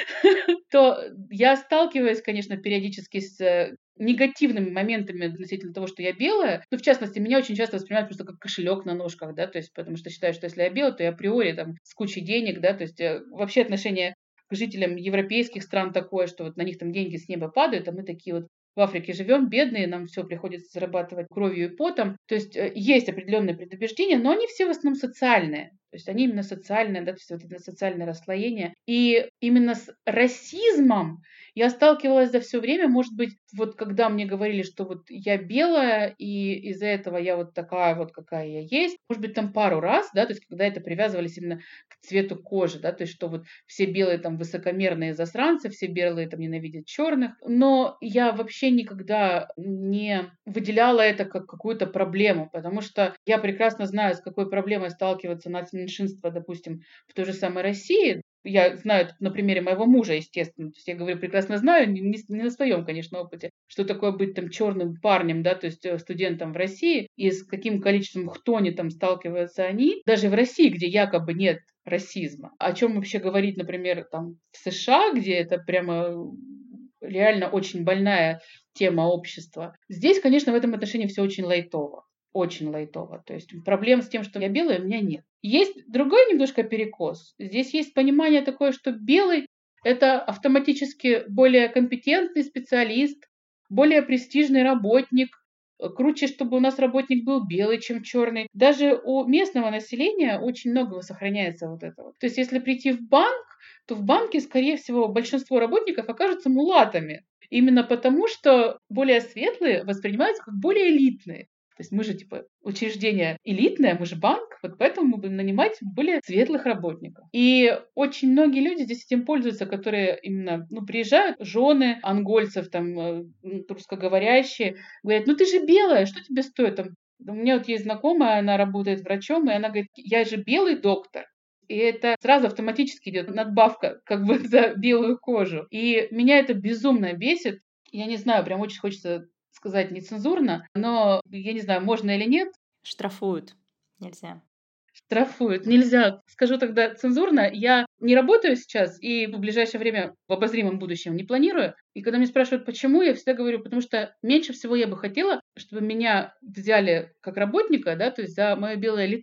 C: то я сталкиваюсь, конечно, периодически с негативными моментами относительно того, что я белая. Ну, в частности, меня очень часто воспринимают просто как кошелек на ножках, да, то есть потому что считают, что если я белая, то я априори там с кучей денег, да, то есть вообще отношение к жителям европейских стран такое, что вот на них там деньги с неба падают, а мы такие вот в Африке живем, бедные, нам все приходится зарабатывать кровью и потом. То есть есть определенные предубеждения, но они все в основном социальные. То есть они именно социальные, да, то есть вот это социальное расслоение. И именно с расизмом я сталкивалась за все время, может быть, вот когда мне говорили, что вот я белая, и из-за этого я вот такая вот, какая я есть, может быть, там пару раз, да, то есть когда это привязывались именно к цвету кожи, да, то есть что вот все белые там высокомерные засранцы, все белые там ненавидят черных, но я вообще никогда не выделяла это как какую-то проблему, потому что я прекрасно знаю, с какой проблемой сталкиваются нацменьшинства, допустим, в той же самой России. Я знаю это на примере моего мужа, естественно. То есть я говорю, прекрасно знаю, не на своем, конечно, опыте, что такое быть там черным парнем, да, то есть студентом в России, и с каким количеством хтони там сталкиваются они, даже в России, где якобы нет расизма. О чем вообще говорить, например, там в США, где это прямо реально очень больная тема общества. Здесь, конечно, в этом отношении все очень лайтово. Очень лайтово. То есть проблем с тем, что я белая, у меня нет. Есть другой немножко перекос. Здесь есть понимание такое, что белый – это автоматически более компетентный специалист, более престижный работник. Круче, чтобы у нас работник был белый, чем черный. Даже у местного населения очень многого сохраняется вот этого. То есть, если прийти в банк, то в банке, скорее всего, большинство работников окажутся мулатами. Именно потому, что более светлые воспринимаются как более элитные. То есть мы же типа учреждение элитное, мы же банк, вот поэтому мы будем нанимать более светлых работников. И очень многие люди здесь этим пользуются, которые именно приезжают, жены ангольцев, там, русскоговорящие, говорят, ну ты же белая, что тебе стоит там? У меня вот есть знакомая, она работает врачом, и она говорит, я же белый доктор. И это сразу автоматически идет надбавка как бы за белую кожу. И меня это безумно бесит. Я не знаю, прям очень хочется сказать нецензурно, но я не знаю, можно или нет.
A: Штрафуют. Нельзя.
C: Штрафуют. Нельзя. Скажу тогда цензурно. Я не работаю сейчас и в ближайшее время, в обозримом будущем, не планирую. И когда меня спрашивают, почему, я всегда говорю, потому что меньше всего я бы хотела, чтобы меня взяли как работника, да, то есть за мое белое лицо.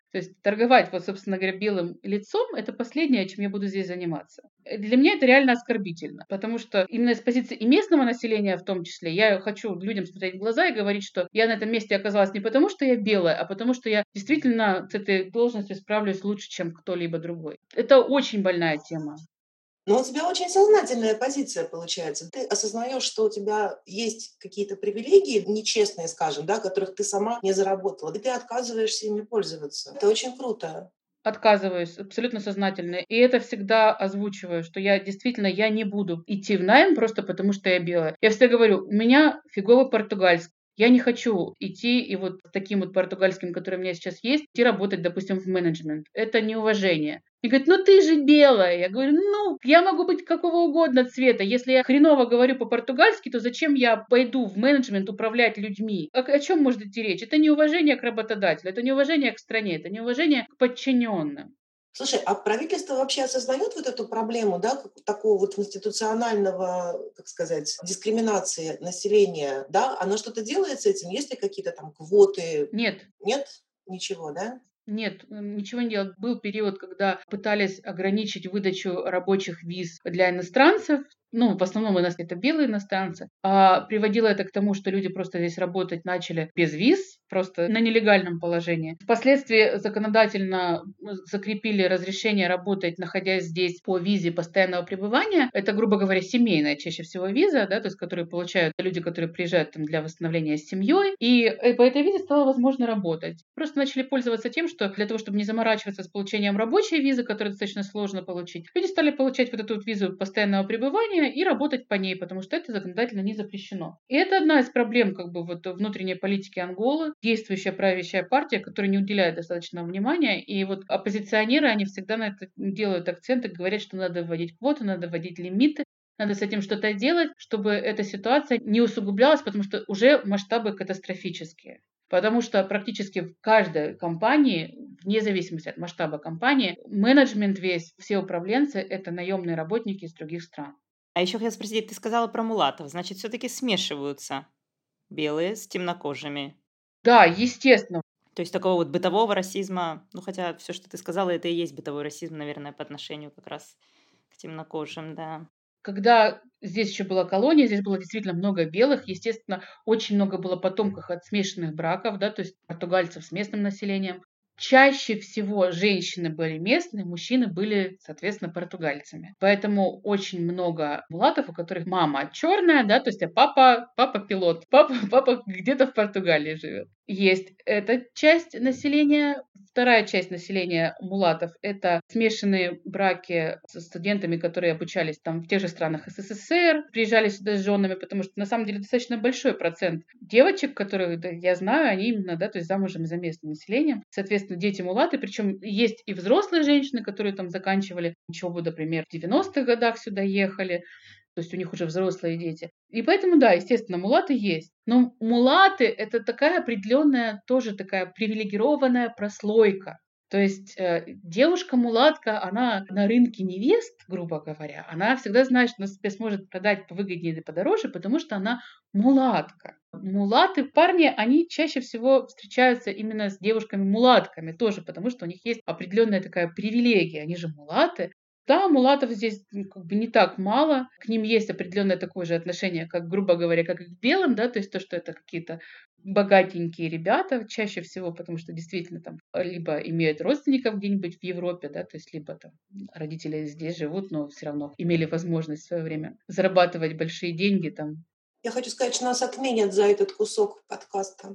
C: То есть торговать, вот, собственно говоря, белым лицом — это последнее, чем я буду здесь заниматься. Для меня это реально оскорбительно, потому что именно с позиции и местного населения в том числе я хочу людям смотреть в глаза и говорить, что я на этом месте оказалась не потому, что я белая, а потому что я действительно с этой должностью справлюсь лучше, чем кто-либо другой. Это очень больная тема.
B: Но у тебя очень сознательная позиция получается. Ты осознаешь, что у тебя есть какие-то привилегии, нечестные, скажем, да, которых ты сама не заработала, и ты отказываешься ими пользоваться. Это очень круто.
C: Отказываюсь абсолютно сознательно. И это всегда озвучиваю, что я действительно я не буду идти в найм просто потому, что я белая. Я всегда говорю, у меня фиговый португальский. Я не хочу идти и вот с таким вот португальским, который у меня сейчас есть, идти работать, допустим, в менеджмент. Это неуважение. И говорит, ну ты же белая. Я говорю, ну, я могу быть какого угодно цвета. Если я хреново говорю по-португальски, то зачем я пойду в менеджмент управлять людьми? О чем может идти речь? Это неуважение к работодателю, это неуважение к стране, это неуважение к подчиненным.
B: Слушай, а правительство вообще осознает вот эту проблему, да, такого вот институционального, как сказать, дискриминации населения, да? Оно что-то делает с этим? Есть ли какие-то там квоты?
C: Нет,
B: Нет? Ничего, да?
C: нет, ничего не делать. Был период, когда пытались ограничить выдачу рабочих виз для иностранцев. Ну, в основном у нас это белые иностранцы. А приводило это к тому, что люди просто здесь работать начали без виз, просто на нелегальном положении. Впоследствии законодательно закрепили разрешение работать, находясь здесь по визе постоянного пребывания. Это, грубо говоря, семейная чаще всего виза, да, то есть которую получают люди, которые приезжают там для восстановления с семьей. И по этой визе стало возможно работать. Просто начали пользоваться тем, что для того, чтобы не заморачиваться с получением рабочей визы, которую достаточно сложно получить, люди стали получать вот эту вот визу постоянного пребывания и работать по ней, потому что это законодательно не запрещено. И это одна из проблем как бы вот внутренней политики Анголы, действующая правящая партия, которая не уделяет достаточного внимания, и вот оппозиционеры, они всегда на это делают акценты, говорят, что надо вводить квоты, надо вводить лимиты, надо с этим что-то делать, чтобы эта ситуация не усугублялась, потому что уже масштабы катастрофические. Потому что практически в каждой компании, вне зависимости от масштаба компании, менеджмент весь, все управленцы — это наемные работники из других стран.
A: А еще хотела спросить, ты сказала про мулатов, значит, все-таки смешиваются белые с темнокожими.
C: Да, естественно.
A: То есть такого вот бытового расизма, ну хотя все, что ты сказала, это и есть бытовой расизм, наверное, по отношению как раз к темнокожим, да.
C: Когда здесь еще была колония, здесь было действительно много белых, естественно, очень много было потомков от смешанных браков, да, то есть португальцев с местным населением. Чаще всего женщины были местные, мужчины были, соответственно, португальцами. Поэтому очень много мулатов, у которых мама черная, да, то есть а папа пилот, папа где-то в Португалии живет. Есть эта часть населения. Вторая часть населения мулатов — это смешанные браки со студентами, которые обучались там в тех же странах СССР, приезжали сюда с женами, потому что на самом деле достаточно большой процент девочек, которых я знаю, они именно, да, то есть замужем за местным населением. Соответственно, дети мулаты, причем есть и взрослые женщины, которые там заканчивали учебу, например, в 90-х годах сюда ехали, то есть у них уже взрослые дети. И поэтому, да, естественно, мулаты есть. Но мулаты — это такая определенная, тоже такая привилегированная прослойка. То есть девушка-мулатка, она на рынке невест, грубо говоря, она всегда знает, что она себе сможет продать повыгоднее или подороже, потому что она мулатка. Мулаты, парни, они чаще всего встречаются именно с девушками-мулатками тоже, потому что у них есть определенная такая привилегия. Они же мулаты. Да, мулатов здесь как бы не так мало. К ним есть определенное такое же отношение, как, грубо говоря, как и к белым, да, то есть то, что это какие-то богатенькие ребята чаще всего, потому что действительно там либо имеют родственников где-нибудь в Европе, да, то есть либо там родители здесь живут, но все равно имели возможность в свое время зарабатывать большие деньги там.
B: Я хочу сказать, что нас отменят за этот кусок подкаста.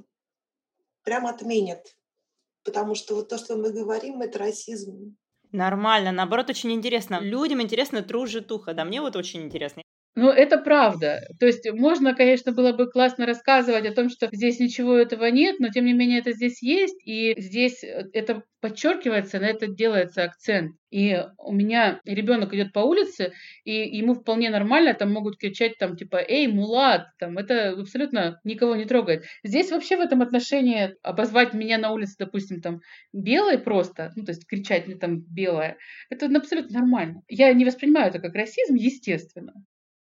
B: Прям отменят. Потому что вот то, что мы говорим, это расизм.
A: Нормально, наоборот, очень интересно. Людям интересно тру житуха, да, мне вот очень интересно.
C: Ну, это правда. То есть можно, конечно, было бы классно рассказывать о том, что здесь ничего этого нет, но тем не менее это здесь есть, и здесь это подчеркивается, на это делается акцент. И у меня ребенок идет по улице, и ему вполне нормально там могут кричать там типа «Эй, мулат!» Там, это абсолютно никого не трогает. Здесь вообще в этом отношении обозвать меня на улице, допустим, там белой просто, ну то есть кричать мне там белая, это абсолютно нормально. Я не воспринимаю это как расизм, естественно.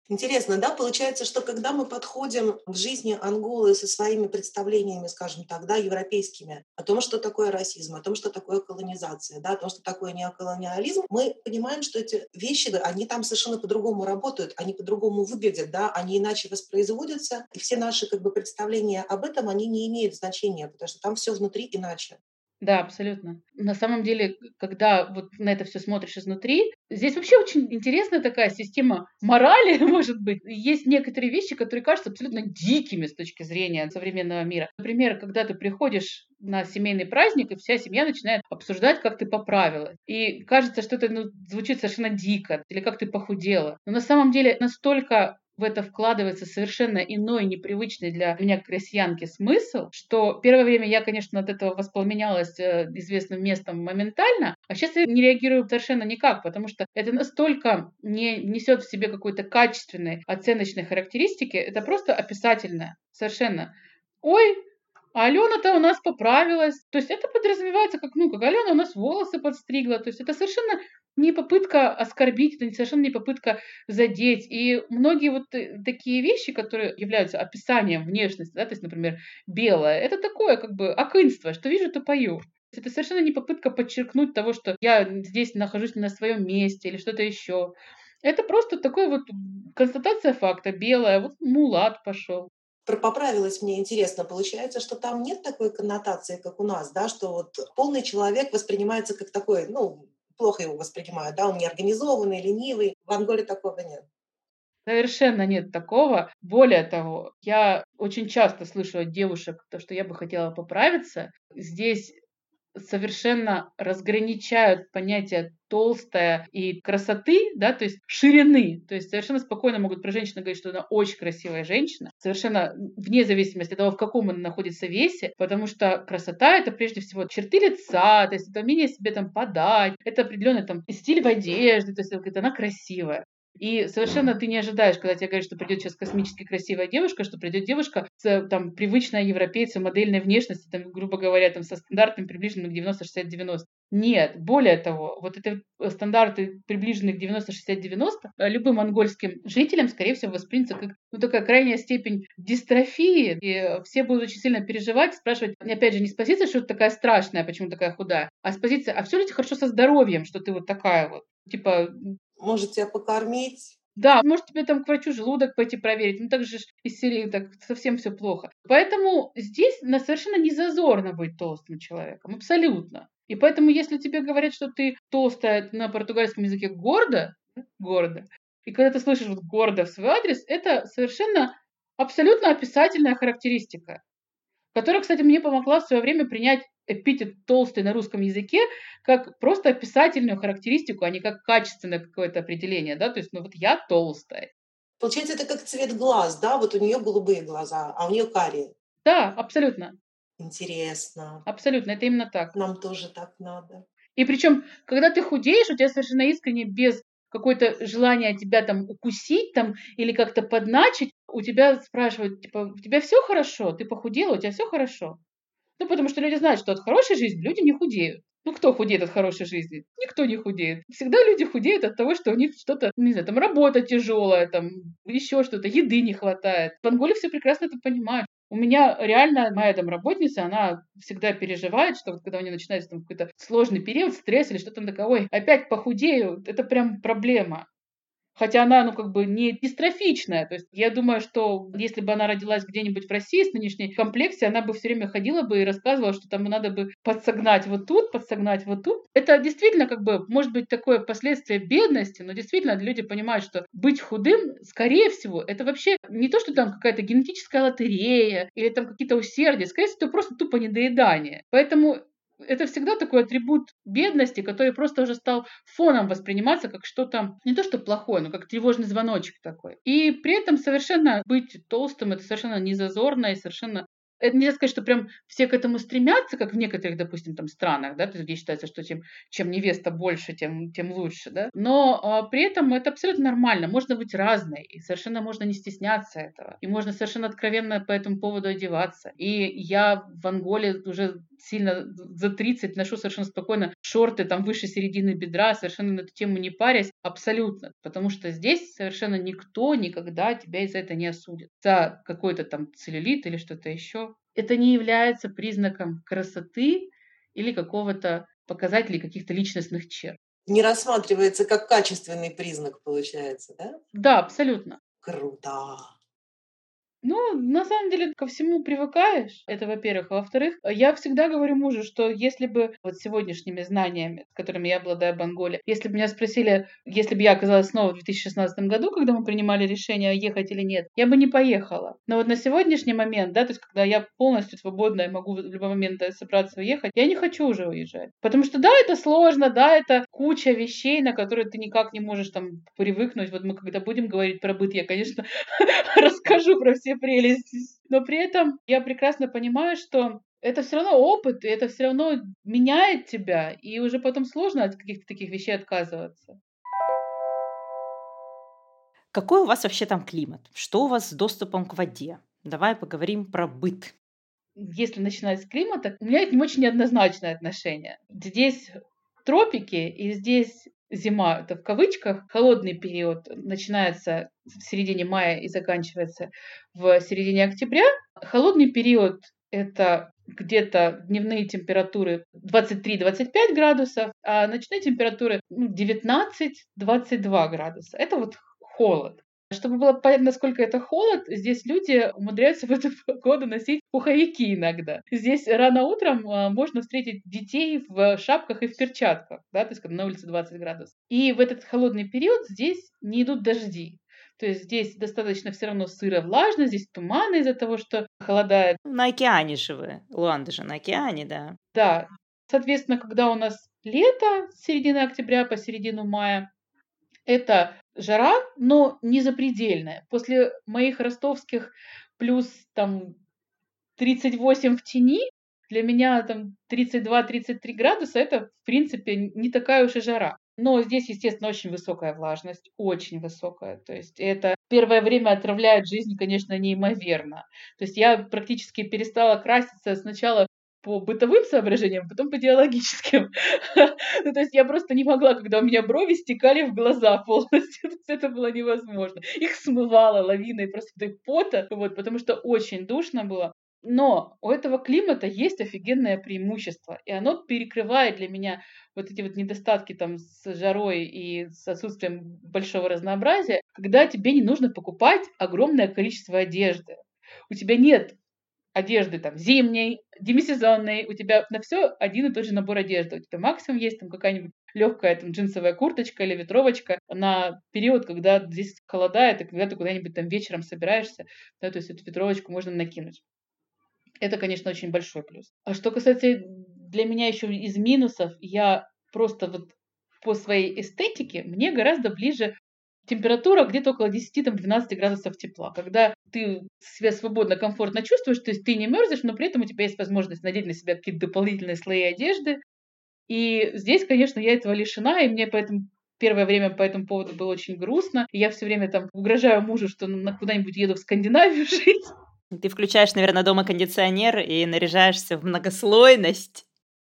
B: Интересно, да, получается, что когда мы подходим в жизни Анголы со своими представлениями, скажем так, да, европейскими, о том, что такое расизм, о том, что такое колонизация, да, о том, что такое неоколониализм, мы понимаем, что эти вещи, они там совершенно по-другому работают, они по-другому выглядят, да, они иначе воспроизводятся, и все наши как бы представления об этом, они не имеют значения, потому что там все внутри иначе.
C: Да, абсолютно. На самом деле, когда вот на это все смотришь изнутри, здесь вообще очень интересная такая система морали, может быть. Есть некоторые вещи, которые кажутся абсолютно дикими с точки зрения современного мира. Например, когда ты приходишь на семейный праздник, и вся семья начинает обсуждать, как ты поправилась. И кажется, что это звучит совершенно дико, или как ты похудела. Но на самом деле настолько в это вкладывается совершенно иной, непривычный для меня как россиянки смысл, что первое время я, конечно, от этого воспламенялась известным местом моментально, а сейчас я не реагирую совершенно никак, потому что это настолько не несет в себе какой-то качественной оценочной характеристики, это просто описательное, совершенно. Ой, а Алена-то у нас поправилась. То есть это подразумевается как, как Алена у нас волосы подстригла. То есть это совершенно не попытка оскорбить, это совершенно не попытка задеть. И многие вот такие вещи, которые являются описанием внешности, да, то есть, например, белое, это такое как бы акынство, что вижу, то пою. Это совершенно не попытка подчеркнуть того, что я здесь нахожусь не на своем месте или что-то еще. Это просто такое вот констатация факта, белое, вот мулат пошел.
B: Поправилась, мне интересно, получается, что там нет такой коннотации, как у нас, да, что вот полный человек воспринимается как такой, плохо его воспринимают, да, он неорганизованный, ленивый. В Анголе такого нет.
C: Совершенно нет такого. Более того, я очень часто слышу от девушек то, что я бы хотела поправиться. Здесь совершенно разграничают понятие толстая и красоты, да, то есть ширины. То есть совершенно спокойно могут про женщину говорить, что она очень красивая женщина, совершенно вне зависимости от того, в каком она находится весе, потому что красота — это прежде всего черты лица, то есть это умение себе там подать, это определенный там стиль в одежде, то есть это она красивая. И совершенно ты не ожидаешь, когда тебе говорят, что придет сейчас космически красивая девушка, что придет девушка с там привычной европейцу модельной внешностью, там, грубо говоря, там, со стандартами, приближенными к 90-60-90. Нет, более того, вот это стандарты, приближенные к 90-60-90, любым монгольским жителям, скорее всего, воспримутся как такая крайняя степень дистрофии, и все будут очень сильно переживать, спрашивать, опять же, не с позиции, что ты такая страшная, почему такая худая, а с позиции, а все ли тебе хорошо со здоровьем, что ты вот такая вот, типа,
B: Может, тебя покормить?
C: да, может тебе там к врачу желудок пойти проверить, так же ж из серии так совсем все плохо. Поэтому здесь совершенно не зазорно быть толстым человеком, абсолютно. И поэтому, если тебе говорят, что ты толстая на португальском языке гордо, гордо, и когда ты слышишь вот гордо в свой адрес, это совершенно абсолютно описательная характеристика, которая, кстати, мне помогла в свое время принять эпитет толстый на русском языке как просто описательную характеристику, а не как качественное какое-то определение, да, то есть, вот я толстая.
B: Получается, это как цвет глаз, да, вот у нее голубые глаза, а у нее карие.
C: Да, абсолютно,
B: Интересно.
C: абсолютно, это именно так.
B: Нам тоже так надо.
C: И причем, когда ты худеешь, у тебя совершенно искренне, без какое-то желания тебя там укусить там или как-то подначить, у тебя спрашивают, типа, у тебя все хорошо, ты похудела, у тебя все хорошо. Ну, потому что люди знают, что от хорошей жизни люди не худеют. Ну, кто худеет от хорошей жизни? Никто не худеет. Всегда люди худеют от того, что у них что-то, не знаю, там работа тяжелая, там еще что-то, еды не хватает. В Анголе все прекрасно это понимают. У меня реально моя домработница, она всегда переживает, что вот когда у нее начинается там какой-то сложный период, стресс или что-то такое, ой, опять похудею, это прям проблема. Хотя она, как бы не дистрофичная. То есть я думаю, что если бы она родилась где-нибудь в России с нынешней комплекцией, она бы все время ходила бы и рассказывала, что там надо бы подсогнать вот тут, подсогнать вот тут. Это действительно как бы может быть такое последствие бедности, но действительно люди понимают, что быть худым, скорее всего, это вообще не то, что там какая-то генетическая лотерея или там какие-то усердия, скорее всего, это просто тупо недоедание. Поэтому это всегда такой атрибут бедности, который просто уже стал фоном восприниматься как что-то не то что плохое, но как тревожный звоночек такой. И при этом совершенно быть толстым — это совершенно не зазорно и совершенно это нельзя сказать, что прям все к этому стремятся, как в некоторых, допустим, там странах, да, то есть где считается, что чем невеста больше, тем лучше, да. Но при этом это абсолютно нормально. Можно быть разной, и совершенно можно не стесняться этого. И можно совершенно откровенно по этому поводу одеваться. И я в Анголе уже сильно за 30 ношу совершенно спокойно шорты там выше середины бедра, совершенно на эту тему не парясь, абсолютно. Потому что здесь совершенно никто никогда тебя из-за этого не осудит. За какой-то там целлюлит или что-то еще. Это не является признаком красоты или какого-то показателей каких-то личностных черт.
B: Не рассматривается как качественный признак, получается, да?
C: Да, абсолютно.
B: Круто.
C: Ну, на самом деле, ко всему привыкаешь. Это, во-первых. А во-вторых, я всегда говорю мужу, что если бы вот сегодняшними знаниями, с которыми я обладаю об Анголе, если бы меня спросили, если бы я оказалась снова в 2016 году, когда мы принимали решение, ехать или нет, я бы не поехала. Но вот на сегодняшний момент, да, то есть когда я полностью свободна и могу в любой момент собраться и уехать, я не хочу уже уезжать. Потому что, да, это сложно, да, это куча вещей, на которые ты никак не можешь там привыкнуть. Вот мы когда будем говорить про быт, я, конечно, расскажу про все прелести. Но при этом я прекрасно понимаю, что это все равно опыт, и это все равно меняет тебя, и уже потом сложно от каких-то таких вещей отказываться.
A: Какой у вас вообще там климат? Что у вас с доступом к воде? Давай поговорим про быт.
C: Если начинать с климата, у меня к нему очень неоднозначное отношение. Здесь тропики, и здесь зима, это в кавычках, холодный период начинается в середине мая и заканчивается в середине октября. Холодный период — это где-то дневные температуры 23-25 градусов, а ночные температуры 19-22 градуса. Это вот холод. Чтобы было понятно, насколько это холод, здесь люди умудряются в эту погоду носить пуховики иногда. Здесь рано утром можно встретить детей в шапках и в перчатках, да, то есть когда на улице 20 градусов. И в этот холодный период здесь не идут дожди. То есть здесь достаточно все равно сыро, влажно, здесь туманы из-за того, что холодает.
A: На океане же вы. Луанда же на океане, да.
C: Да, соответственно, когда у нас лето с середины октября по середину мая, это жара, но не запредельная. После моих ростовских плюс там 38 в тени, для меня там 32-33 градуса, это, в принципе, не такая уж и жара. Но здесь, естественно, очень высокая влажность, очень высокая. То есть это первое время отравляет жизнь, конечно, неимоверно. То есть я практически перестала краситься сначала по бытовым соображениям, потом по идеологическим. Ну, то есть я просто не могла, когда у меня брови стекали в глаза полностью. То есть это было невозможно. Их смывало лавиной просто пота, вот, потому что очень душно было. Но у этого климата есть офигенное преимущество, и оно перекрывает для меня вот эти вот недостатки там с жарой и с отсутствием большого разнообразия, когда тебе не нужно покупать огромное количество одежды. У тебя нет одежды там зимней, демисезонной, у тебя на все один и тот же набор одежды. У тебя максимум есть там какая-нибудь легкая там джинсовая курточка или ветровочка на период, когда здесь холодает, и когда ты куда-нибудь там вечером собираешься, да, то есть эту ветровочку можно накинуть. Это, конечно, очень большой плюс. А что касается для меня еще из минусов, я просто вот по своей эстетике, мне гораздо ближе температура где-то около 10-12 градусов тепла, когда ты себя свободно, комфортно чувствуешь, то есть ты не мерзнешь, но при этом у тебя есть возможность надеть на себя какие-то дополнительные слои одежды. И здесь, конечно, я этого лишена, и мне поэтому первое время по этому поводу было очень грустно. И я все время там угрожаю мужу, что куда-нибудь еду в Скандинавию жить.
A: Ты включаешь, наверное, дома кондиционер и наряжаешься в многослойность.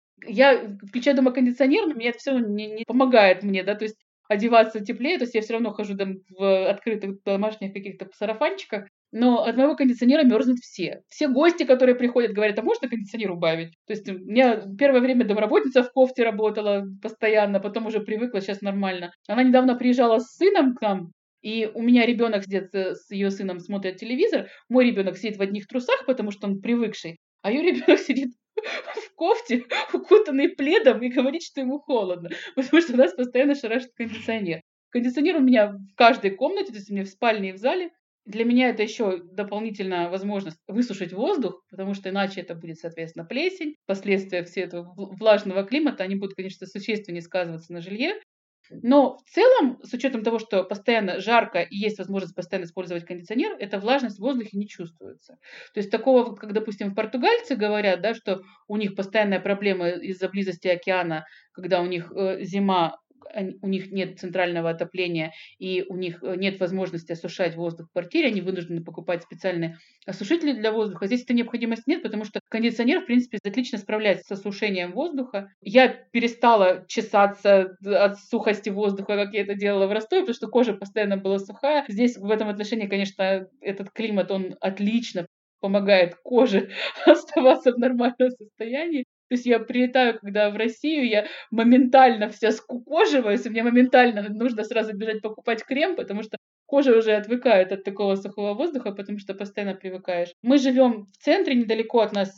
C: Я включаю дома кондиционер, но мне это все не помогает мне, да, то есть одеваться теплее, то есть я все равно хожу там в открытых домашних каких-то сарафанчиках, но от моего кондиционера мерзнут все. Все гости, которые приходят, говорят: а можно кондиционер убавить? То есть у меня первое время домработница в кофте работала постоянно, потом уже привыкла, сейчас нормально. Она недавно приезжала с сыном к нам, и у меня ребенок сидит с ее сыном, смотрит телевизор, мой ребенок сидит в одних трусах, потому что он привыкший, а ее ребенок сидит в кофте, укутанный пледом, и говорит, что ему холодно, потому что у нас постоянно шарашит кондиционер. Кондиционер у меня в каждой комнате, то есть у меня в спальне и в зале. Для меня это еще дополнительная возможность высушить воздух, потому что иначе это будет, соответственно, плесень. Последствия всего этого влажного климата, они будут, конечно, существеннее сказываться на жилье. Но в целом, с учетом того, что постоянно жарко и есть возможность постоянно использовать кондиционер, эта влажность в воздухе не чувствуется. То есть такого, как, допустим, португальцы говорят, да, что у них постоянная проблема из-за близости океана, когда у них зима, у них нет центрального отопления и у них нет возможности осушать воздух в квартире, они вынуждены покупать специальные осушители для воздуха. Здесь этой необходимости нет, потому что кондиционер, в принципе, отлично справляется с осушением воздуха. Я перестала чесаться от сухости воздуха, как я это делала в Ростове, потому что кожа постоянно была сухая. Здесь в этом отношении, конечно, этот климат, он отлично помогает коже оставаться в нормальном состоянии. То есть я прилетаю, когда в Россию, я моментально вся скукоживаюсь, и мне моментально нужно сразу бежать покупать крем, потому что кожа уже отвыкает от такого сухого воздуха, потому что постоянно привыкаешь. Мы живем в центре, недалеко от нас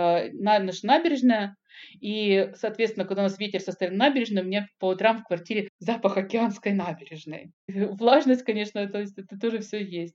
C: наша набережная, и, соответственно, когда у нас ветер со стороны набережной, у меня по утрам в квартире запах океанской набережной. Влажность, конечно, то есть это тоже все есть.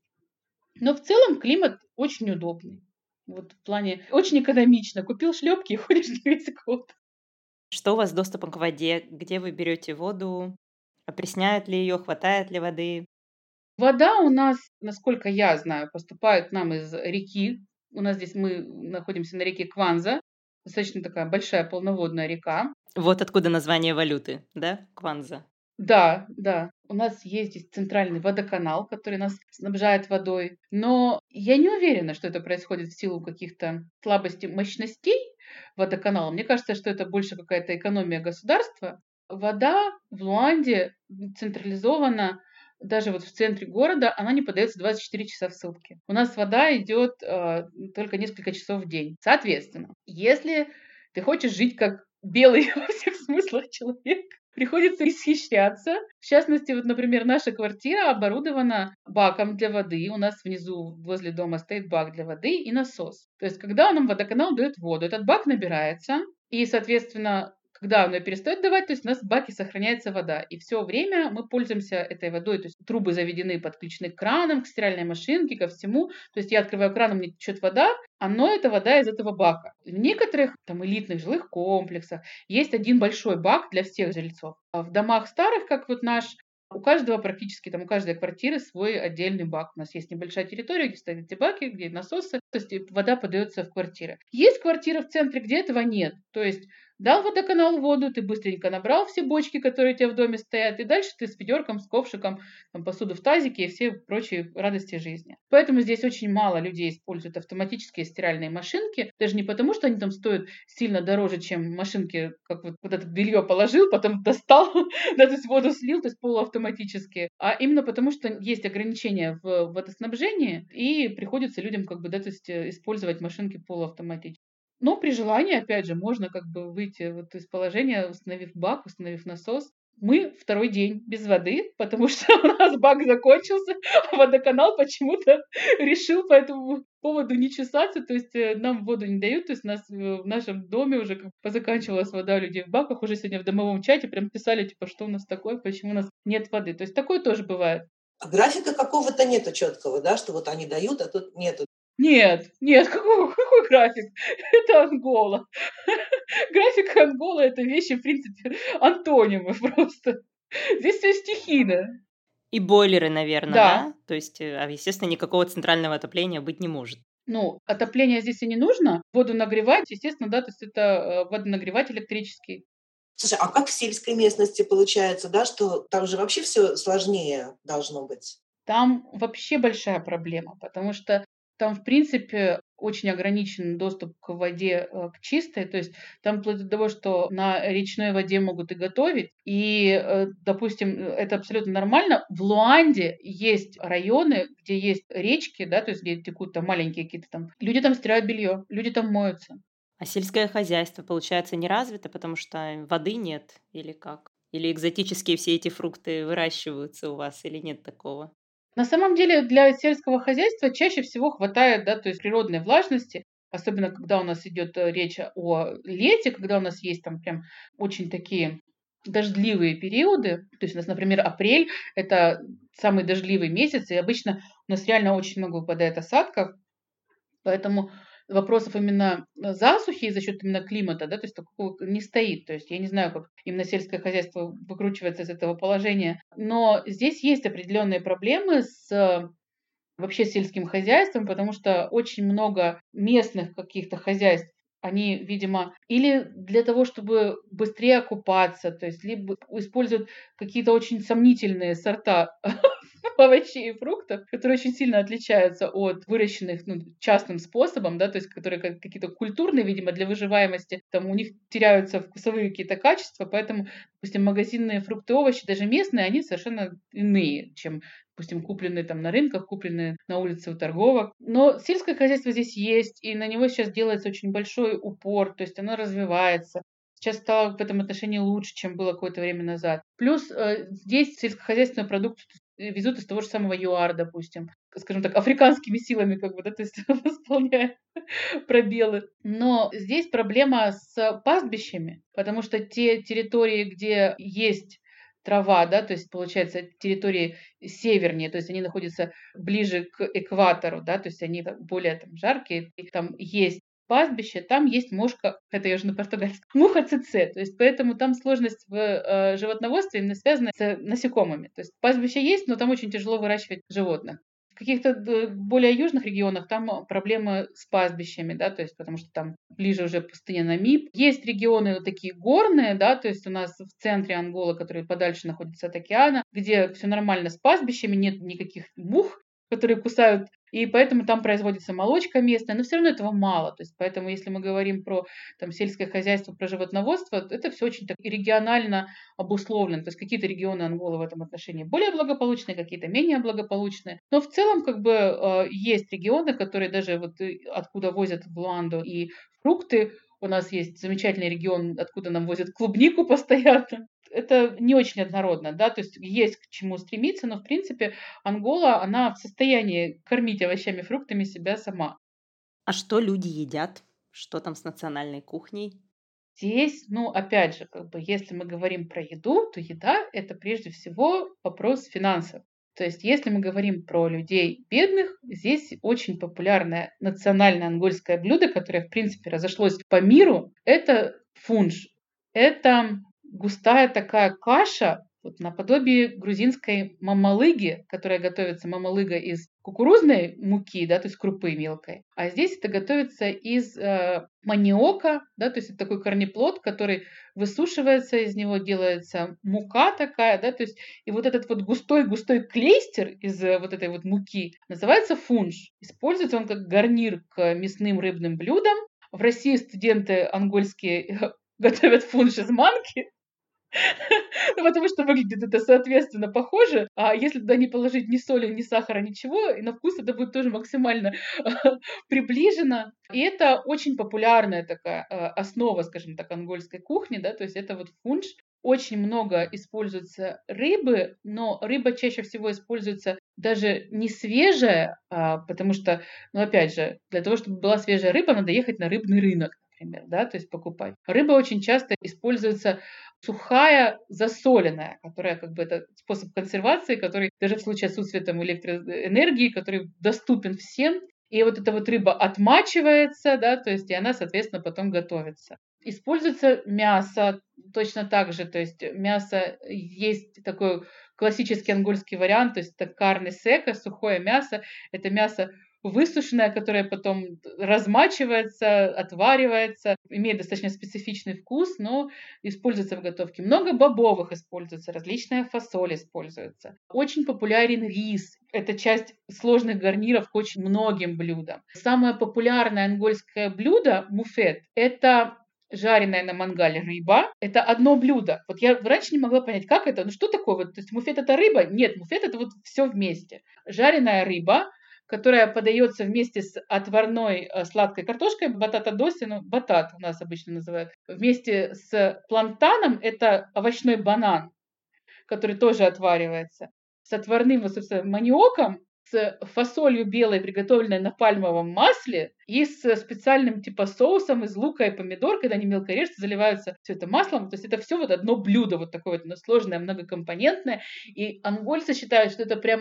C: Но в целом климат очень удобный. Вот в плане очень экономично. Купил шлепки и ходишь весь год.
A: Что у вас с доступом к воде? Где вы берете воду? Опресняют ли ее? Хватает ли воды?
C: Вода у нас, насколько я знаю, поступает к нам из реки. У нас здесь мы находимся на реке Кванза. Достаточно такая большая полноводная река.
A: Вот откуда название валюты, да? Кванза.
C: Да, да. У нас есть здесь центральный водоканал, который нас снабжает водой. Но я не уверена, что это происходит в силу каких-то слабостей мощностей водоканала. Мне кажется, что это больше какая-то экономия государства. Вода в Луанде централизована, даже вот в центре города, она не подается 24 часа в сутки. У нас вода идет только несколько часов в день. Соответственно, если ты хочешь жить как белый во всех смыслах человек, приходится исхищряться. В частности, вот, например, наша квартира оборудована баком для воды. У нас внизу возле дома стоит бак для воды и насос. То есть, когда нам водоканал дает воду, этот бак набирается, и, соответственно, когда он ее перестает давать, то есть у нас в баке сохраняется вода. И все время мы пользуемся этой водой. То есть трубы заведены, подключены к кранам, к стиральной машинке, ко всему. То есть я открываю кран, у меня течет вода, но это вода из этого бака. В некоторых там элитных жилых комплексах есть один большой бак для всех жильцов. А в домах старых, как вот наш, у каждого практически, там у каждой квартиры свой отдельный бак. У нас есть небольшая территория, где стоят эти баки, где насосы, то есть вода подается в квартиры. Есть квартиры в центре, где этого нет. То есть дал водоканал воду, ты быстренько набрал все бочки, которые у тебя в доме стоят, и дальше ты с ведерком, с ковшиком, там, посуду в тазике и все прочие радости жизни. Поэтому здесь очень мало людей используют автоматические стиральные машинки, даже не потому, что они там стоят сильно дороже, чем машинки, как вот куда-то белье положил, потом достал, да, то есть воду слил, то есть полуавтоматически, а именно потому, что есть ограничения в водоснабжении, и приходится людям как бы, да, то есть использовать машинки полуавтоматически. Но при желании, опять же, можно как бы выйти вот из положения, установив бак, установив насос. Мы второй день без воды, потому что у нас бак закончился, а водоканал почему-то решил по этому поводу не чесаться, то есть нам воду не дают, то есть у нас в нашем доме уже как бы позаканчивалась вода у людей в баках, уже сегодня в домовом чате прям писали, типа, что у нас такое, почему у нас нет воды. То есть такое тоже бывает.
B: А графика какого-то нету четкого, да, что вот они дают, а тут нету.
C: Нет, какой график? Это Ангола. График Анголы — это вещи, в принципе, антонимы просто. Здесь все стихийно.
A: И бойлеры, наверное,
C: Да.
A: да? То есть, естественно, никакого центрального отопления быть не может.
C: Ну, отопление здесь и не нужно. Воду нагревать, естественно, да, то есть это водонагреватель электрический.
B: Слушай, а как в сельской местности получается, да, что там же вообще все сложнее должно быть?
C: Там вообще большая проблема, потому что там, в принципе, очень ограничен доступ к воде, к чистой. То есть там вплоть до того, что на речной воде могут и готовить. И, допустим, это абсолютно нормально. В Луанде есть районы, где есть речки, да, то есть где текут там маленькие какие-то там. Люди там стирают белье, люди там моются.
A: А сельское хозяйство, получается, не развито, потому что воды нет или как? Или экзотические все эти фрукты выращиваются у вас, или нет такого?
C: На самом деле для сельского хозяйства чаще всего хватает, да, то есть природной влажности, особенно когда у нас идет речь о лете, когда у нас есть там прям очень такие дождливые периоды. То есть у нас, например, апрель — это самый дождливый месяц, и обычно у нас реально очень много выпадает осадков, поэтому вопросов именно засухи за счет именно климата, да, то есть такого не стоит. То есть я не знаю, как именно сельское хозяйство выкручивается из этого положения, но здесь есть определенные проблемы с вообще сельским хозяйством, потому что очень много местных каких-то хозяйств, они, видимо, или для того, чтобы быстрее окупаться, то есть либо используют какие-то очень сомнительные сорта овощей и фруктов, которые очень сильно отличаются от выращенных частным способом, да, то есть которые какие-то культурные, видимо, для выживаемости, там у них теряются вкусовые какие-то качества, поэтому, допустим, магазинные фрукты и овощи, даже местные, они совершенно иные, чем, допустим, купленные там на рынках, купленные на улице у торговок. Но сельское хозяйство здесь есть, и на него сейчас делается очень большой упор, то есть оно развивается. Сейчас стало в этом отношении лучше, чем было какое-то время назад. Плюс здесь сельскохозяйственную продукцию везут из того же самого ЮАР, допустим, скажем так, африканскими силами, как бы, да, то есть восполняя пробелы. Но здесь проблема с пастбищами, потому что те территории, где есть трава, да, то есть, получается, территории севернее, то есть они находятся ближе к экватору, да, то есть они более там жаркие, и там есть пастбище, там есть мошка, это я уже на португальском, муха ЦЦ, то есть поэтому там сложность в животноводстве именно связана с насекомыми. То есть пастбище есть, но там очень тяжело выращивать животных. В каких-то более южных регионах там проблемы с пастбищами, да, то есть потому что там ближе уже пустыня Намиб. Есть регионы вот такие горные, да, то есть у нас в центре Анголы, который подальше находится от океана, где все нормально с пастбищами, нет никаких мух, которые кусают, и поэтому там производится молочка местная, но все равно этого мало. То есть поэтому, если мы говорим про там, сельское хозяйство, про животноводство, это все очень так регионально обусловлено. То есть какие-то регионы Анголы в этом отношении более благополучные, какие-то менее благополучные. Но в целом как бы есть регионы, которые даже вот откуда возят в Луанду и фрукты. У нас есть замечательный регион, откуда нам возят клубнику постоянно. Это не очень однородно, да, то есть есть к чему стремиться, но в принципе Ангола, она в состоянии кормить овощами, фруктами себя сама.
A: А что люди едят? Что там с национальной кухней?
C: Здесь, опять же, как бы, если мы говорим про еду, то еда – это прежде всего вопрос финансов. То есть, если мы говорим про людей бедных, здесь очень популярное национальное ангольское блюдо, которое, в принципе, разошлось по миру, это фунш. Это густая такая каша, вот наподобие грузинской мамалыги, которая готовится мамалыга из кукурузной муки, да, то есть крупы мелкой. А здесь это готовится из маниока, да, то есть это такой корнеплод, который высушивается, из него делается мука такая, да, то есть и вот этот вот густой-густой клейстер из вот этой вот муки называется фунш. Используется он как гарнир к мясным рыбным блюдам. В России студенты ангольские готовят фунш из манки, потому что выглядит это соответственно похоже. А если туда не положить ни соли, ни сахара, ничего, и на вкус это будет тоже максимально приближено. И это очень популярная такая основа, скажем так, ангольской кухни, да, то есть это вот фунш. Очень много используется рыбы, но рыба чаще всего используется даже не свежая, потому что, опять же, для того, чтобы была свежая рыба, надо ехать на рыбный рынок, например, да, то есть покупать. Рыба очень часто используется сухая, засоленная, которая как бы это способ консервации, который даже в случае отсутствия там электроэнергии, который доступен всем. И вот эта вот рыба отмачивается, да, то есть и она, соответственно, потом готовится. Используется мясо точно так же, то есть мясо есть такой классический ангольский вариант, то есть это карне сека, сухое мясо, это мясо высушенная, которая потом размачивается, отваривается, имеет достаточно специфичный вкус, но используется в готовке. Много бобовых используется, различная фасоль используется. Очень популярен рис. Это часть сложных гарниров к очень многим блюдам. Самое популярное ангольское блюдо муфет – это жареная на мангале рыба. Это одно блюдо. Вот я раньше не могла понять, как это, что такое? Вот, то есть муфет это рыба? Нет, муфет это вот все вместе. Жареная рыба, которая подается вместе с отварной сладкой картошкой, батата доси, батат у нас обычно называют, вместе с плантаном, это овощной банан, который тоже отваривается, с отварным, собственно, маниоком, с фасолью белой, приготовленной на пальмовом масле, и с специальным типа соусом из лука и помидор, когда они мелко режутся, заливаются все это маслом. То есть это все вот одно блюдо, вот такое вот сложное, многокомпонентное. И ангольцы считают, что это прямо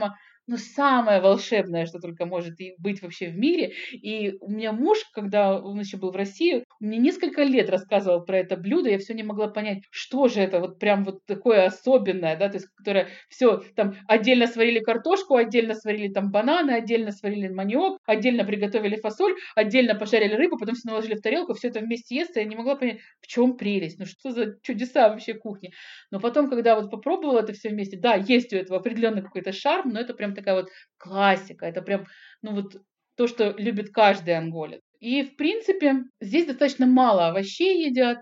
C: самое волшебное, что только может быть вообще в мире. И у меня муж, когда он еще был в России, мне несколько лет рассказывал про это блюдо, я все не могла понять, что же это вот прям вот такое особенное, да, то есть, которое все там отдельно сварили картошку, отдельно сварили там бананы, отдельно сварили маниок, отдельно приготовили фасоль, отдельно пожарили рыбу, потом все наложили в тарелку, все это вместе естся, я не могла понять, в чем прелесть, ну что за чудеса вообще кухни. Но потом, когда вот попробовала это все вместе, да, есть у этого определенный какой-то шарм, но это прям такая вот классика, это прям, ну вот то, что любит каждый анголец. И, в принципе, здесь достаточно мало овощей едят.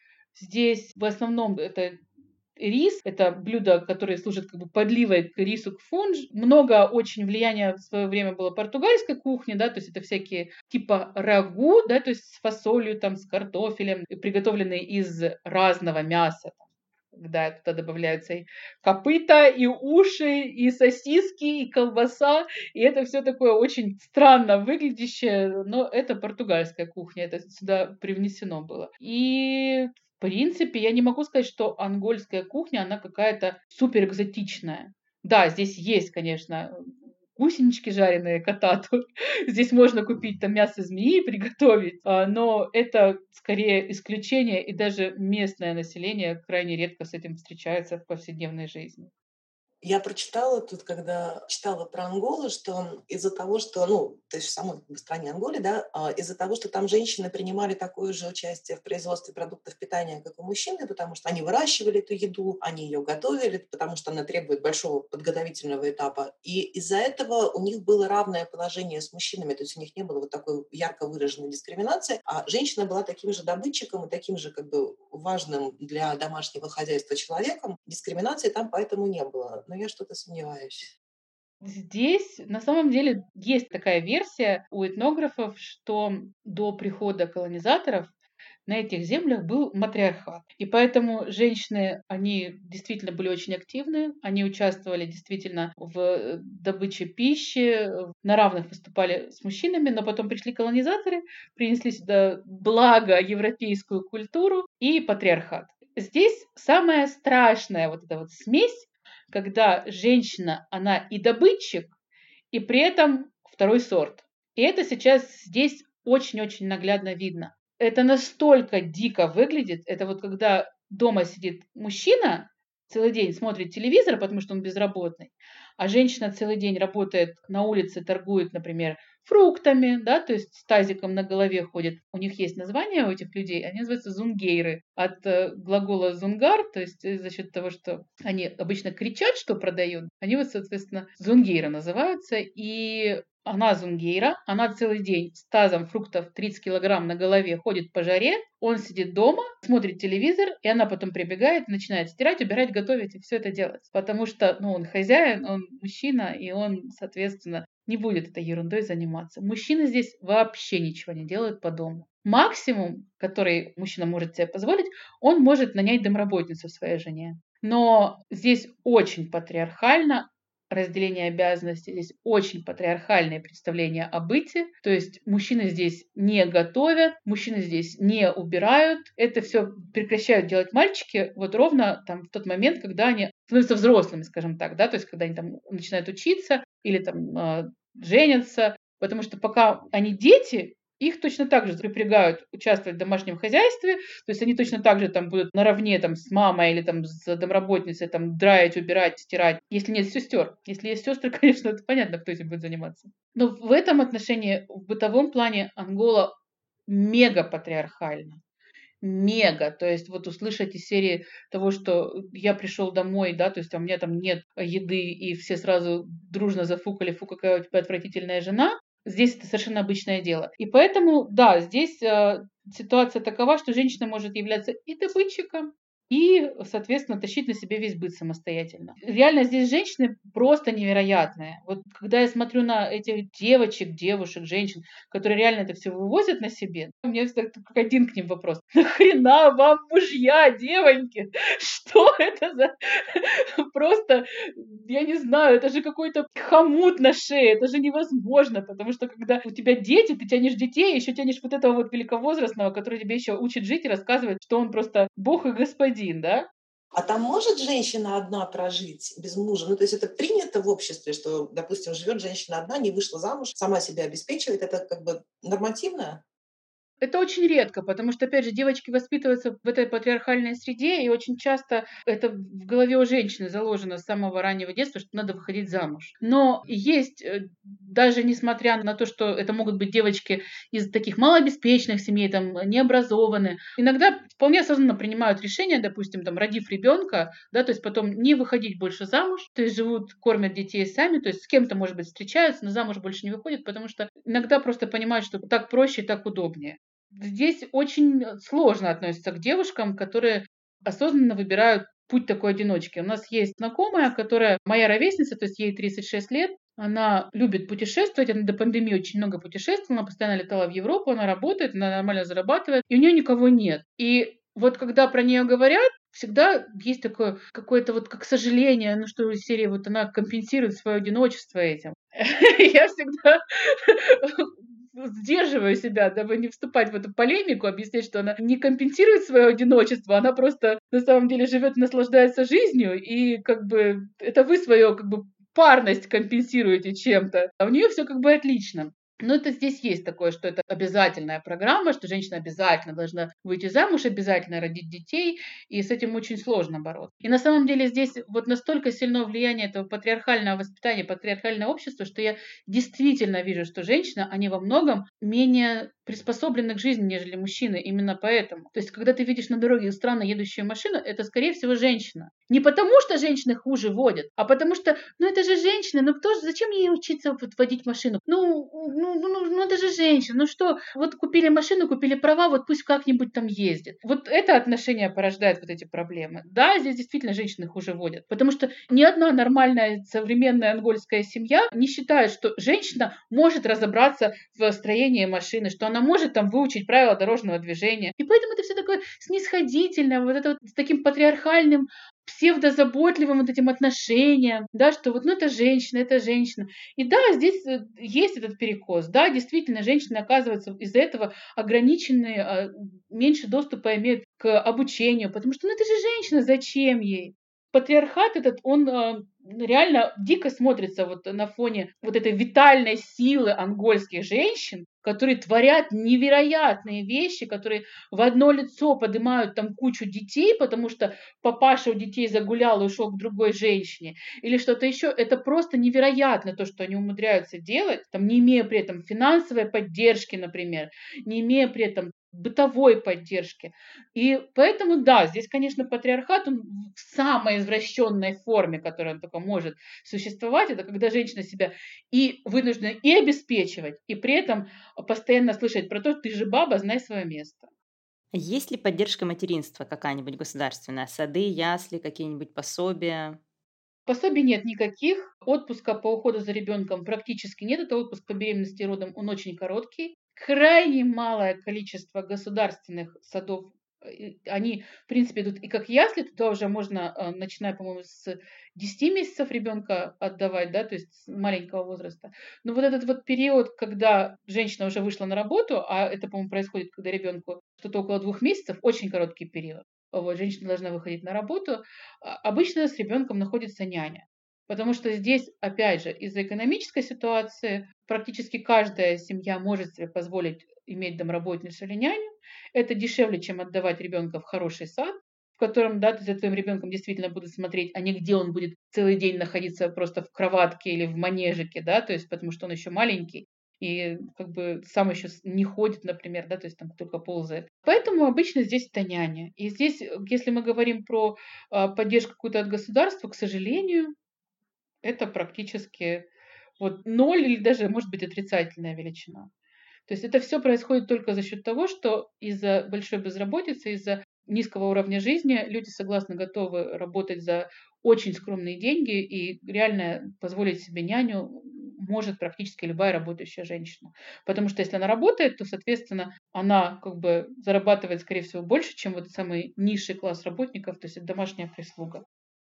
C: Здесь в основном это рис, это блюдо, которое служит как бы подливой к рису, к фунж. Много очень влияния в свое время было португальской кухни, да, то есть это всякие типа рагу, да, то есть с фасолью, там, с картофелем, приготовленные из разного мяса, когда туда добавляются и копыта, и уши, и сосиски, и колбаса, и это все такое очень странно выглядящее, но это португальская кухня, это сюда привнесено было. И в принципе, я не могу сказать, что ангольская кухня, она какая-то супер экзотичная. Да, здесь есть, конечно, гусенички жареные, катату. Здесь можно купить там мясо змеи, приготовить, но это скорее исключение, и даже местное население крайне редко с этим встречается в повседневной жизни.
B: Я прочитала тут, когда читала про Анголу, что из-за того, что, ну, то есть в самой стране Анголе, да, из-за того, что там женщины принимали такое же участие в производстве продуктов питания, как и мужчины, потому что они выращивали эту еду, они ее готовили, потому что она требует большого подготовительного этапа. И из-за этого у них было равное положение с мужчинами, то есть у них не было вот такой ярко выраженной дискриминации, а женщина была таким же добытчиком и таким же как бы важным для домашнего хозяйства человеком. Дискриминации там поэтому не было. Но я что-то сомневаюсь.
C: Здесь на самом деле есть такая версия у этнографов, что до прихода колонизаторов на этих землях был матриархат. И поэтому женщины, они действительно были очень активны, они участвовали действительно в добыче пищи, на равных выступали с мужчинами, но потом пришли колонизаторы, принесли сюда благо европейскую культуру и патриархат. Здесь самая страшная вот эта вот смесь, когда женщина, она и добытчик, и при этом второй сорт. И это сейчас здесь очень-очень наглядно видно. Это настолько дико выглядит. Это вот когда дома сидит мужчина, целый день смотрит телевизор, потому что он безработный, а женщина целый день работает на улице, торгует, например, фруктами, да, то есть с тазиком на голове ходит. У них есть название у этих людей, они называются зунгейры, от глагола зунгар, то есть за счет того, что они обычно кричат, что продают, они вот, соответственно, зунгейры называются, и она зунгейра, она целый день с тазом фруктов 30 килограмм на голове ходит по жаре, он сидит дома, смотрит телевизор, и она потом прибегает, начинает стирать, убирать, готовить и все это делать. Потому что, ну, он хозяин, он мужчина, и он, соответственно, не будет этой ерундой заниматься. Мужчины здесь вообще ничего не делают по дому. Максимум, который мужчина может себе позволить, он может нанять домработницу своей жене. Но здесь очень патриархально разделение обязанностей, здесь очень патриархальное представление о быте, то есть мужчины здесь не готовят, мужчины здесь не убирают, это все прекращают делать мальчики вот ровно там в тот момент, когда они становятся взрослыми, скажем так, да, то есть когда они там начинают учиться или там женятся, потому что пока они дети, их точно так же припрягают участвовать в домашнем хозяйстве, то есть они точно так же там будут наравне там, с мамой или там, с домработницей там, драить, убирать, стирать, если нет сестер. Если есть сестры, конечно, это понятно, кто этим будет заниматься. Но в этом отношении, в бытовом плане Ангола мега патриархальна. Мега, то есть вот услышать из серии того, что я пришел домой, да, то есть у меня там нет еды, и все сразу дружно зафукали, фу, какая у тебя отвратительная жена, здесь это совершенно обычное дело. И поэтому, да, здесь ситуация такова, что женщина может являться и добытчиком, и, соответственно, тащить на себе весь быт самостоятельно. Реально здесь женщины просто невероятные. Вот когда я смотрю на этих девочек, девушек, женщин, которые реально это все вывозят на себе, у меня всегда как один к ним вопрос. Нахрена вам мужья, девоньки? Что это за... Просто, я не знаю, это же какой-то хомут на шее, это же невозможно, потому что когда у тебя дети, ты тянешь детей, еще тянешь вот этого вот великовозрастного, который тебе еще учит жить и рассказывает, что он просто бог и господин, да?
B: А там может женщина одна прожить без мужа? Ну, то есть это принято в обществе, что, допустим, живет женщина одна, не вышла замуж, сама себя обеспечивает. Это как бы нормативно?
C: Это очень редко, потому что, опять же, девочки воспитываются в этой патриархальной среде, и очень часто это в голове у женщины заложено с самого раннего детства, что надо выходить замуж. Но есть, даже несмотря на то, что это могут быть девочки из таких малообеспеченных семей, там, необразованные, иногда вполне осознанно принимают решение, допустим, там, родив ребенка, да, то есть потом не выходить больше замуж, то есть живут, кормят детей сами, то есть с кем-то, может быть, встречаются, но замуж больше не выходят, потому что иногда просто понимают, что так проще и так удобнее. Здесь очень сложно относятся к девушкам, которые осознанно выбирают путь такой одиночки. У нас есть знакомая, которая моя ровесница, то есть ей 36 лет. Она любит путешествовать, она до пандемии очень много путешествовала, она постоянно летала в Европу, она работает, она нормально зарабатывает, и у нее никого нет. И вот когда про нее говорят, всегда есть такое какое-то вот как сожаление, ну что из серии вот она компенсирует свое одиночество этим. Я всегда сдерживаю себя, дабы не вступать в эту полемику, объяснять, что она не компенсирует свое одиночество, она просто на самом деле живет и наслаждается жизнью, и как бы это вы свою как бы парность компенсируете чем-то, а у нее все как бы отлично. Но это здесь есть такое, что это обязательная программа, что женщина обязательно должна выйти замуж, обязательно родить детей, и с этим очень сложно бороться. И на самом деле здесь вот настолько сильно влияние этого патриархального воспитания, патриархального общества, что я действительно вижу, что женщины, они во многом менее приспособлены к жизни, нежели мужчины, именно поэтому. То есть, когда ты видишь на дороге странно едущую машину, это, скорее всего, женщина. Не потому, что женщины хуже водят, а потому что, ну это же женщина, ну кто же, зачем ей учиться вот водить машину? Ну это же женщина, ну что, вот купили машину, купили права, вот пусть как-нибудь там ездит. Вот это отношение порождает вот эти проблемы. Да, здесь действительно женщины хуже водят, потому что ни одна нормальная современная ангольская семья не считает, что женщина может разобраться в строении машины, что она может там выучить правила дорожного движения. И поэтому это все такое снисходительное, вот это вот с таким патриархальным псевдозаботливым вот этим отношением, да, что вот, ну, это женщина, это женщина. И да, здесь есть этот перекос, да, действительно, женщины оказываются из-за этого ограниченные, меньше доступа имеют к обучению, потому что, ну, это же женщина, зачем ей? Патриархат этот, он реально дико смотрится вот на фоне вот этой витальной силы ангольских женщин, которые творят невероятные вещи, которые в одно лицо поднимают там кучу детей, потому что папаша у детей загулял и ушел к другой женщине, или что-то еще. Это просто невероятно то, что они умудряются делать, там, не имея при этом финансовой поддержки, например, не имея при этом бытовой поддержки. И поэтому, да, здесь, конечно, патриархат, он в самой извращенной форме, которая он только может существовать, это когда женщина себя и вынуждена и обеспечивать, и при этом постоянно слышать про то, что ты же баба, знай свое место.
A: Есть ли поддержка материнства какая-нибудь государственная? Сады, ясли, какие-нибудь пособия?
C: Пособий нет никаких, отпуска по уходу за ребенком практически нет, это отпуск по беременности и родам, он очень короткий. Крайне малое количество государственных садов, они, в принципе, идут и как ясли, туда уже можно, начиная, по-моему, с 10 месяцев ребенка отдавать, да, то есть с маленького возраста. Но вот этот вот период, когда женщина уже вышла на работу, а это, по-моему, происходит, когда ребенку что-то около 2 месяцев, очень короткий период. Вот, женщина должна выходить на работу. Обычно с ребенком находится няня. Потому что здесь, опять же, из-за экономической ситуации практически каждая семья может себе позволить иметь домработницу или няню. Это дешевле, чем отдавать ребенка в хороший сад, в котором, да, за твоим ребенком действительно будут смотреть, а не где он будет целый день находиться просто в кроватке или в манежике, да, то есть потому что он еще маленький и как бы сам еще не ходит, например, да, то есть там только ползает. Поэтому обычно здесь это няня. И здесь, если мы говорим про поддержку какую-то от государства, к сожалению, это практически вот ноль или даже, может быть, отрицательная величина. То есть это все происходит только за счет того, что из-за большой безработицы, из-за низкого уровня жизни люди согласны, готовы работать за очень скромные деньги, и реально позволить себе няню может практически любая работающая женщина. Потому что если она работает, то, соответственно, она как бы зарабатывает, скорее всего, больше, чем вот самый низший класс работников, то есть это домашняя прислуга.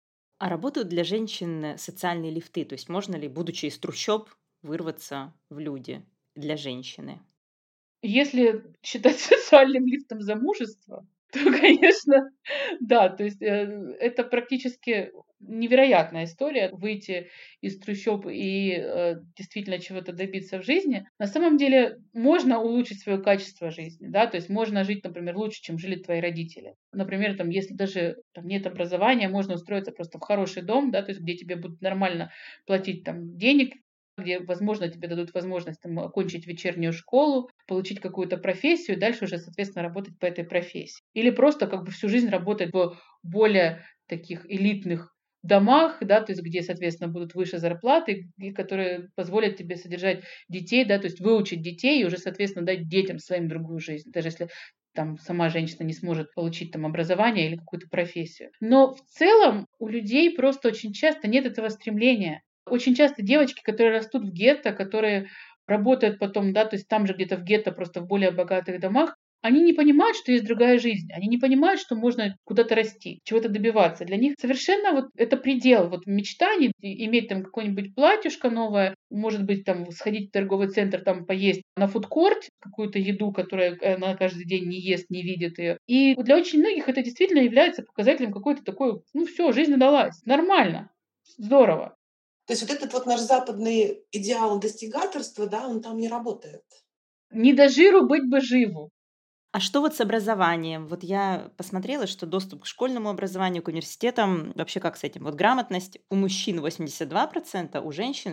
A: А работают для женщин социальные лифты? То есть можно ли, будучи из трущоб, вырваться в люди для женщины?
C: Если считать социальным лифтом замужество, то, конечно, да, то есть это практически невероятная история выйти из трущоб и действительно чего-то добиться в жизни. На самом деле можно улучшить свое качество жизни, да, то есть можно жить, например, лучше, чем жили твои родители. Например, там, если даже там, нет образования, можно устроиться просто в хороший дом, да, то есть где тебе будут нормально платить там денег, где, возможно, тебе дадут возможность там, окончить вечернюю школу, получить какую-то профессию и дальше уже, соответственно, работать по этой профессии. Или просто как бы всю жизнь работать в более таких элитных домах, да, то есть где, соответственно, будут выше зарплаты, и которые позволят тебе содержать детей, да, то есть выучить детей и уже, соответственно, дать детям своим другую жизнь, даже если там сама женщина не сможет получить там образование или какую-то профессию. Но в целом у людей просто очень часто нет этого стремления. Очень часто девочки, которые растут в гетто, которые работают потом, да, то есть там же где-то в гетто, просто в более богатых домах, они не понимают, что есть другая жизнь. Они не понимают, что можно куда-то расти, чего-то добиваться. Для них совершенно вот это предел вот мечтаний, иметь там какое-нибудь платьюшко новое, может быть, там сходить в торговый центр, там поесть на фудкорте какую-то еду, которую она каждый день не ест, не видит ее. И для очень многих это действительно является показателем какой-то такой, ну все, жизнь удалась, нормально, здорово.
B: То есть вот этот вот наш западный идеал достигаторства, да, он там не работает.
C: Не до жиру быть бы живу.
A: А что вот с образованием? Вот я посмотрела, что доступ к школьному образованию, к университетам, вообще как с этим? Вот грамотность у мужчин 82%, у женщин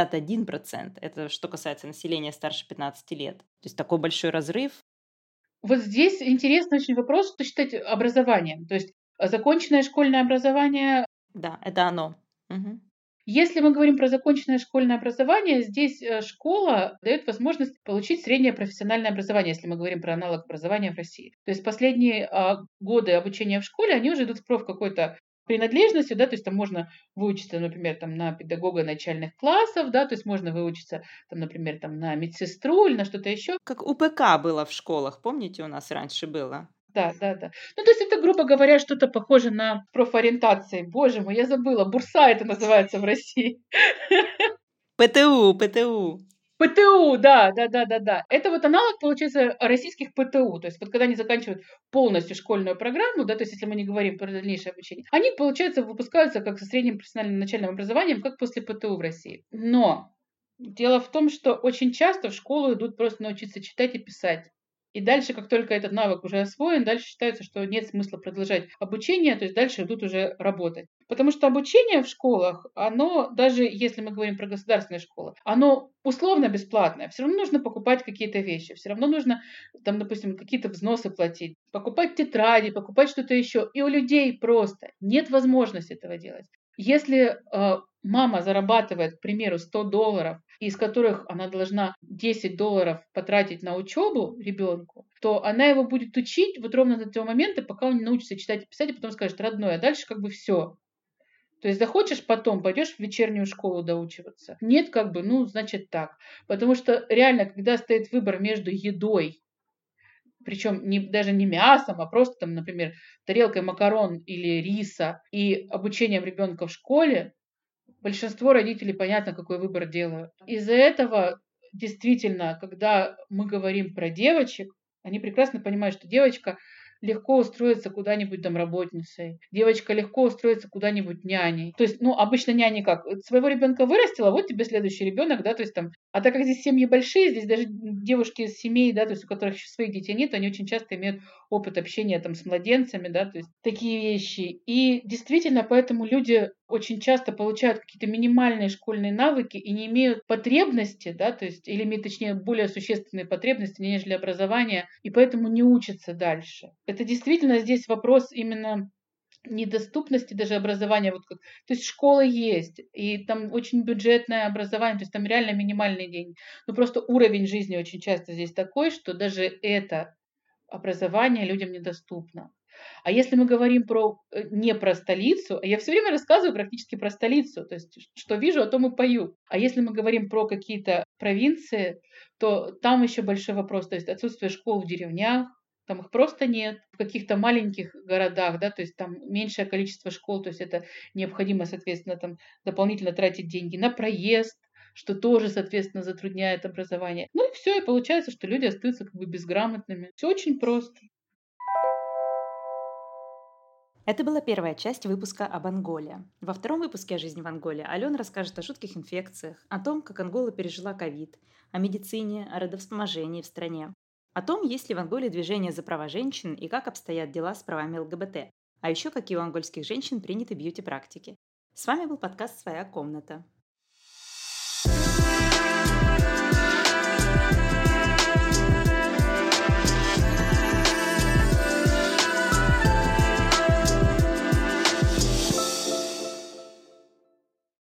A: 61%. Это что касается населения старше 15 лет. То есть такой большой разрыв.
C: Вот здесь интересный очень вопрос, что считать образованием. То есть законченное школьное образование.
A: Да, это оно. Мгм.
C: Если мы говорим про законченное школьное образование, здесь школа дает возможность получить среднее профессиональное образование, если мы говорим про аналог образования в России. То есть последние годы обучения в школе, они уже идут в проф какой-то принадлежностью, да, то есть там можно выучиться, например, там, на педагога начальных классов, да, то есть можно выучиться, там, например, там, на медсестру или на что-то еще.
A: Как УПК было в школах, помните, у нас раньше было?
C: Да, да, да. Ну, то есть это, грубо говоря, что-то похоже на профориентации. Боже мой, я забыла. Бурса это называется в России.
A: ПТУ.
C: ПТУ, да, да, да, да, да. Это вот аналог, получается, российских ПТУ. То есть вот когда они заканчивают полностью школьную программу, да, то есть если мы не говорим про дальнейшее обучение, они, получается, выпускаются как со средним профессиональным начальным образованием, как после ПТУ в России. Но дело в том, что очень часто в школу идут просто научиться читать и писать. И дальше, как только этот навык уже освоен, дальше считается, что нет смысла продолжать обучение, то есть дальше идут уже работать. Потому что обучение в школах, оно, даже если мы говорим про государственные школы, оно условно бесплатное. Все равно нужно покупать какие-то вещи, все равно нужно, там, допустим, какие-то взносы платить, покупать тетради, покупать что-то еще. И у людей просто нет возможности этого делать. Если мама зарабатывает, к примеру, $100, из которых она должна $10 потратить на учебу ребенку, то она его будет учить вот ровно до того момента, пока он не научится читать и писать, и потом скажет родной, а дальше как бы все. То есть захочешь потом, пойдешь в вечернюю школу доучиваться. Нет, как бы, ну, значит так. Потому что реально, когда стоит выбор между едой, причем даже не мясом, а просто там, например, тарелкой макарон или риса и обучением ребенка в школе, большинство родителей, понятно, какой выбор делают. Из-за этого действительно, когда мы говорим про девочек, они прекрасно понимают, что девочка легко устроится куда-нибудь домработницей, девочка легко устроится куда-нибудь няней. То есть, ну, обычно няни как? Своего ребенка вырастила, вот тебе следующий ребенок, да, то есть там. А так как здесь семьи большие, здесь даже девушки из семей, да, то есть у которых еще своих детей нет, они очень часто имеют опыт общения там с младенцами, да, то есть такие вещи. И действительно, поэтому люди очень часто получают какие-то минимальные школьные навыки и не имеют потребности, да, то есть, или имеют, точнее, более существенные потребности, нежели образование, и поэтому не учатся дальше. Это действительно здесь вопрос именно недоступности даже образования. Вот как, то есть школа есть, и там очень бюджетное образование, то есть там реально минимальные деньги. Но просто уровень жизни очень часто здесь такой, что даже это образование людям недоступно. А если мы говорим не про столицу, а я все время рассказываю практически про столицу, то есть что вижу, о том и пою. А если мы говорим про какие-то провинции, то там еще большой вопрос, то есть отсутствие школ в деревнях, там их просто нет. В каких-то маленьких городах, да, то есть там меньшее количество школ, то есть это необходимо, соответственно, там дополнительно тратить деньги на проезд, что тоже, соответственно, затрудняет образование. Ну и все, и получается, что люди остаются как бы безграмотными. Все очень просто.
A: Это была первая часть выпуска об Анголе. Во втором выпуске о жизни в Анголе Алена расскажет о жутких инфекциях, о том, как Ангола пережила ковид, о медицине, о родовспоможении в стране, о том, есть ли в Анголе движение за права женщин и как обстоят дела с правами ЛГБТ, а еще какие у ангольских женщин приняты бьюти-практики. С вами был подкаст «Своя комната».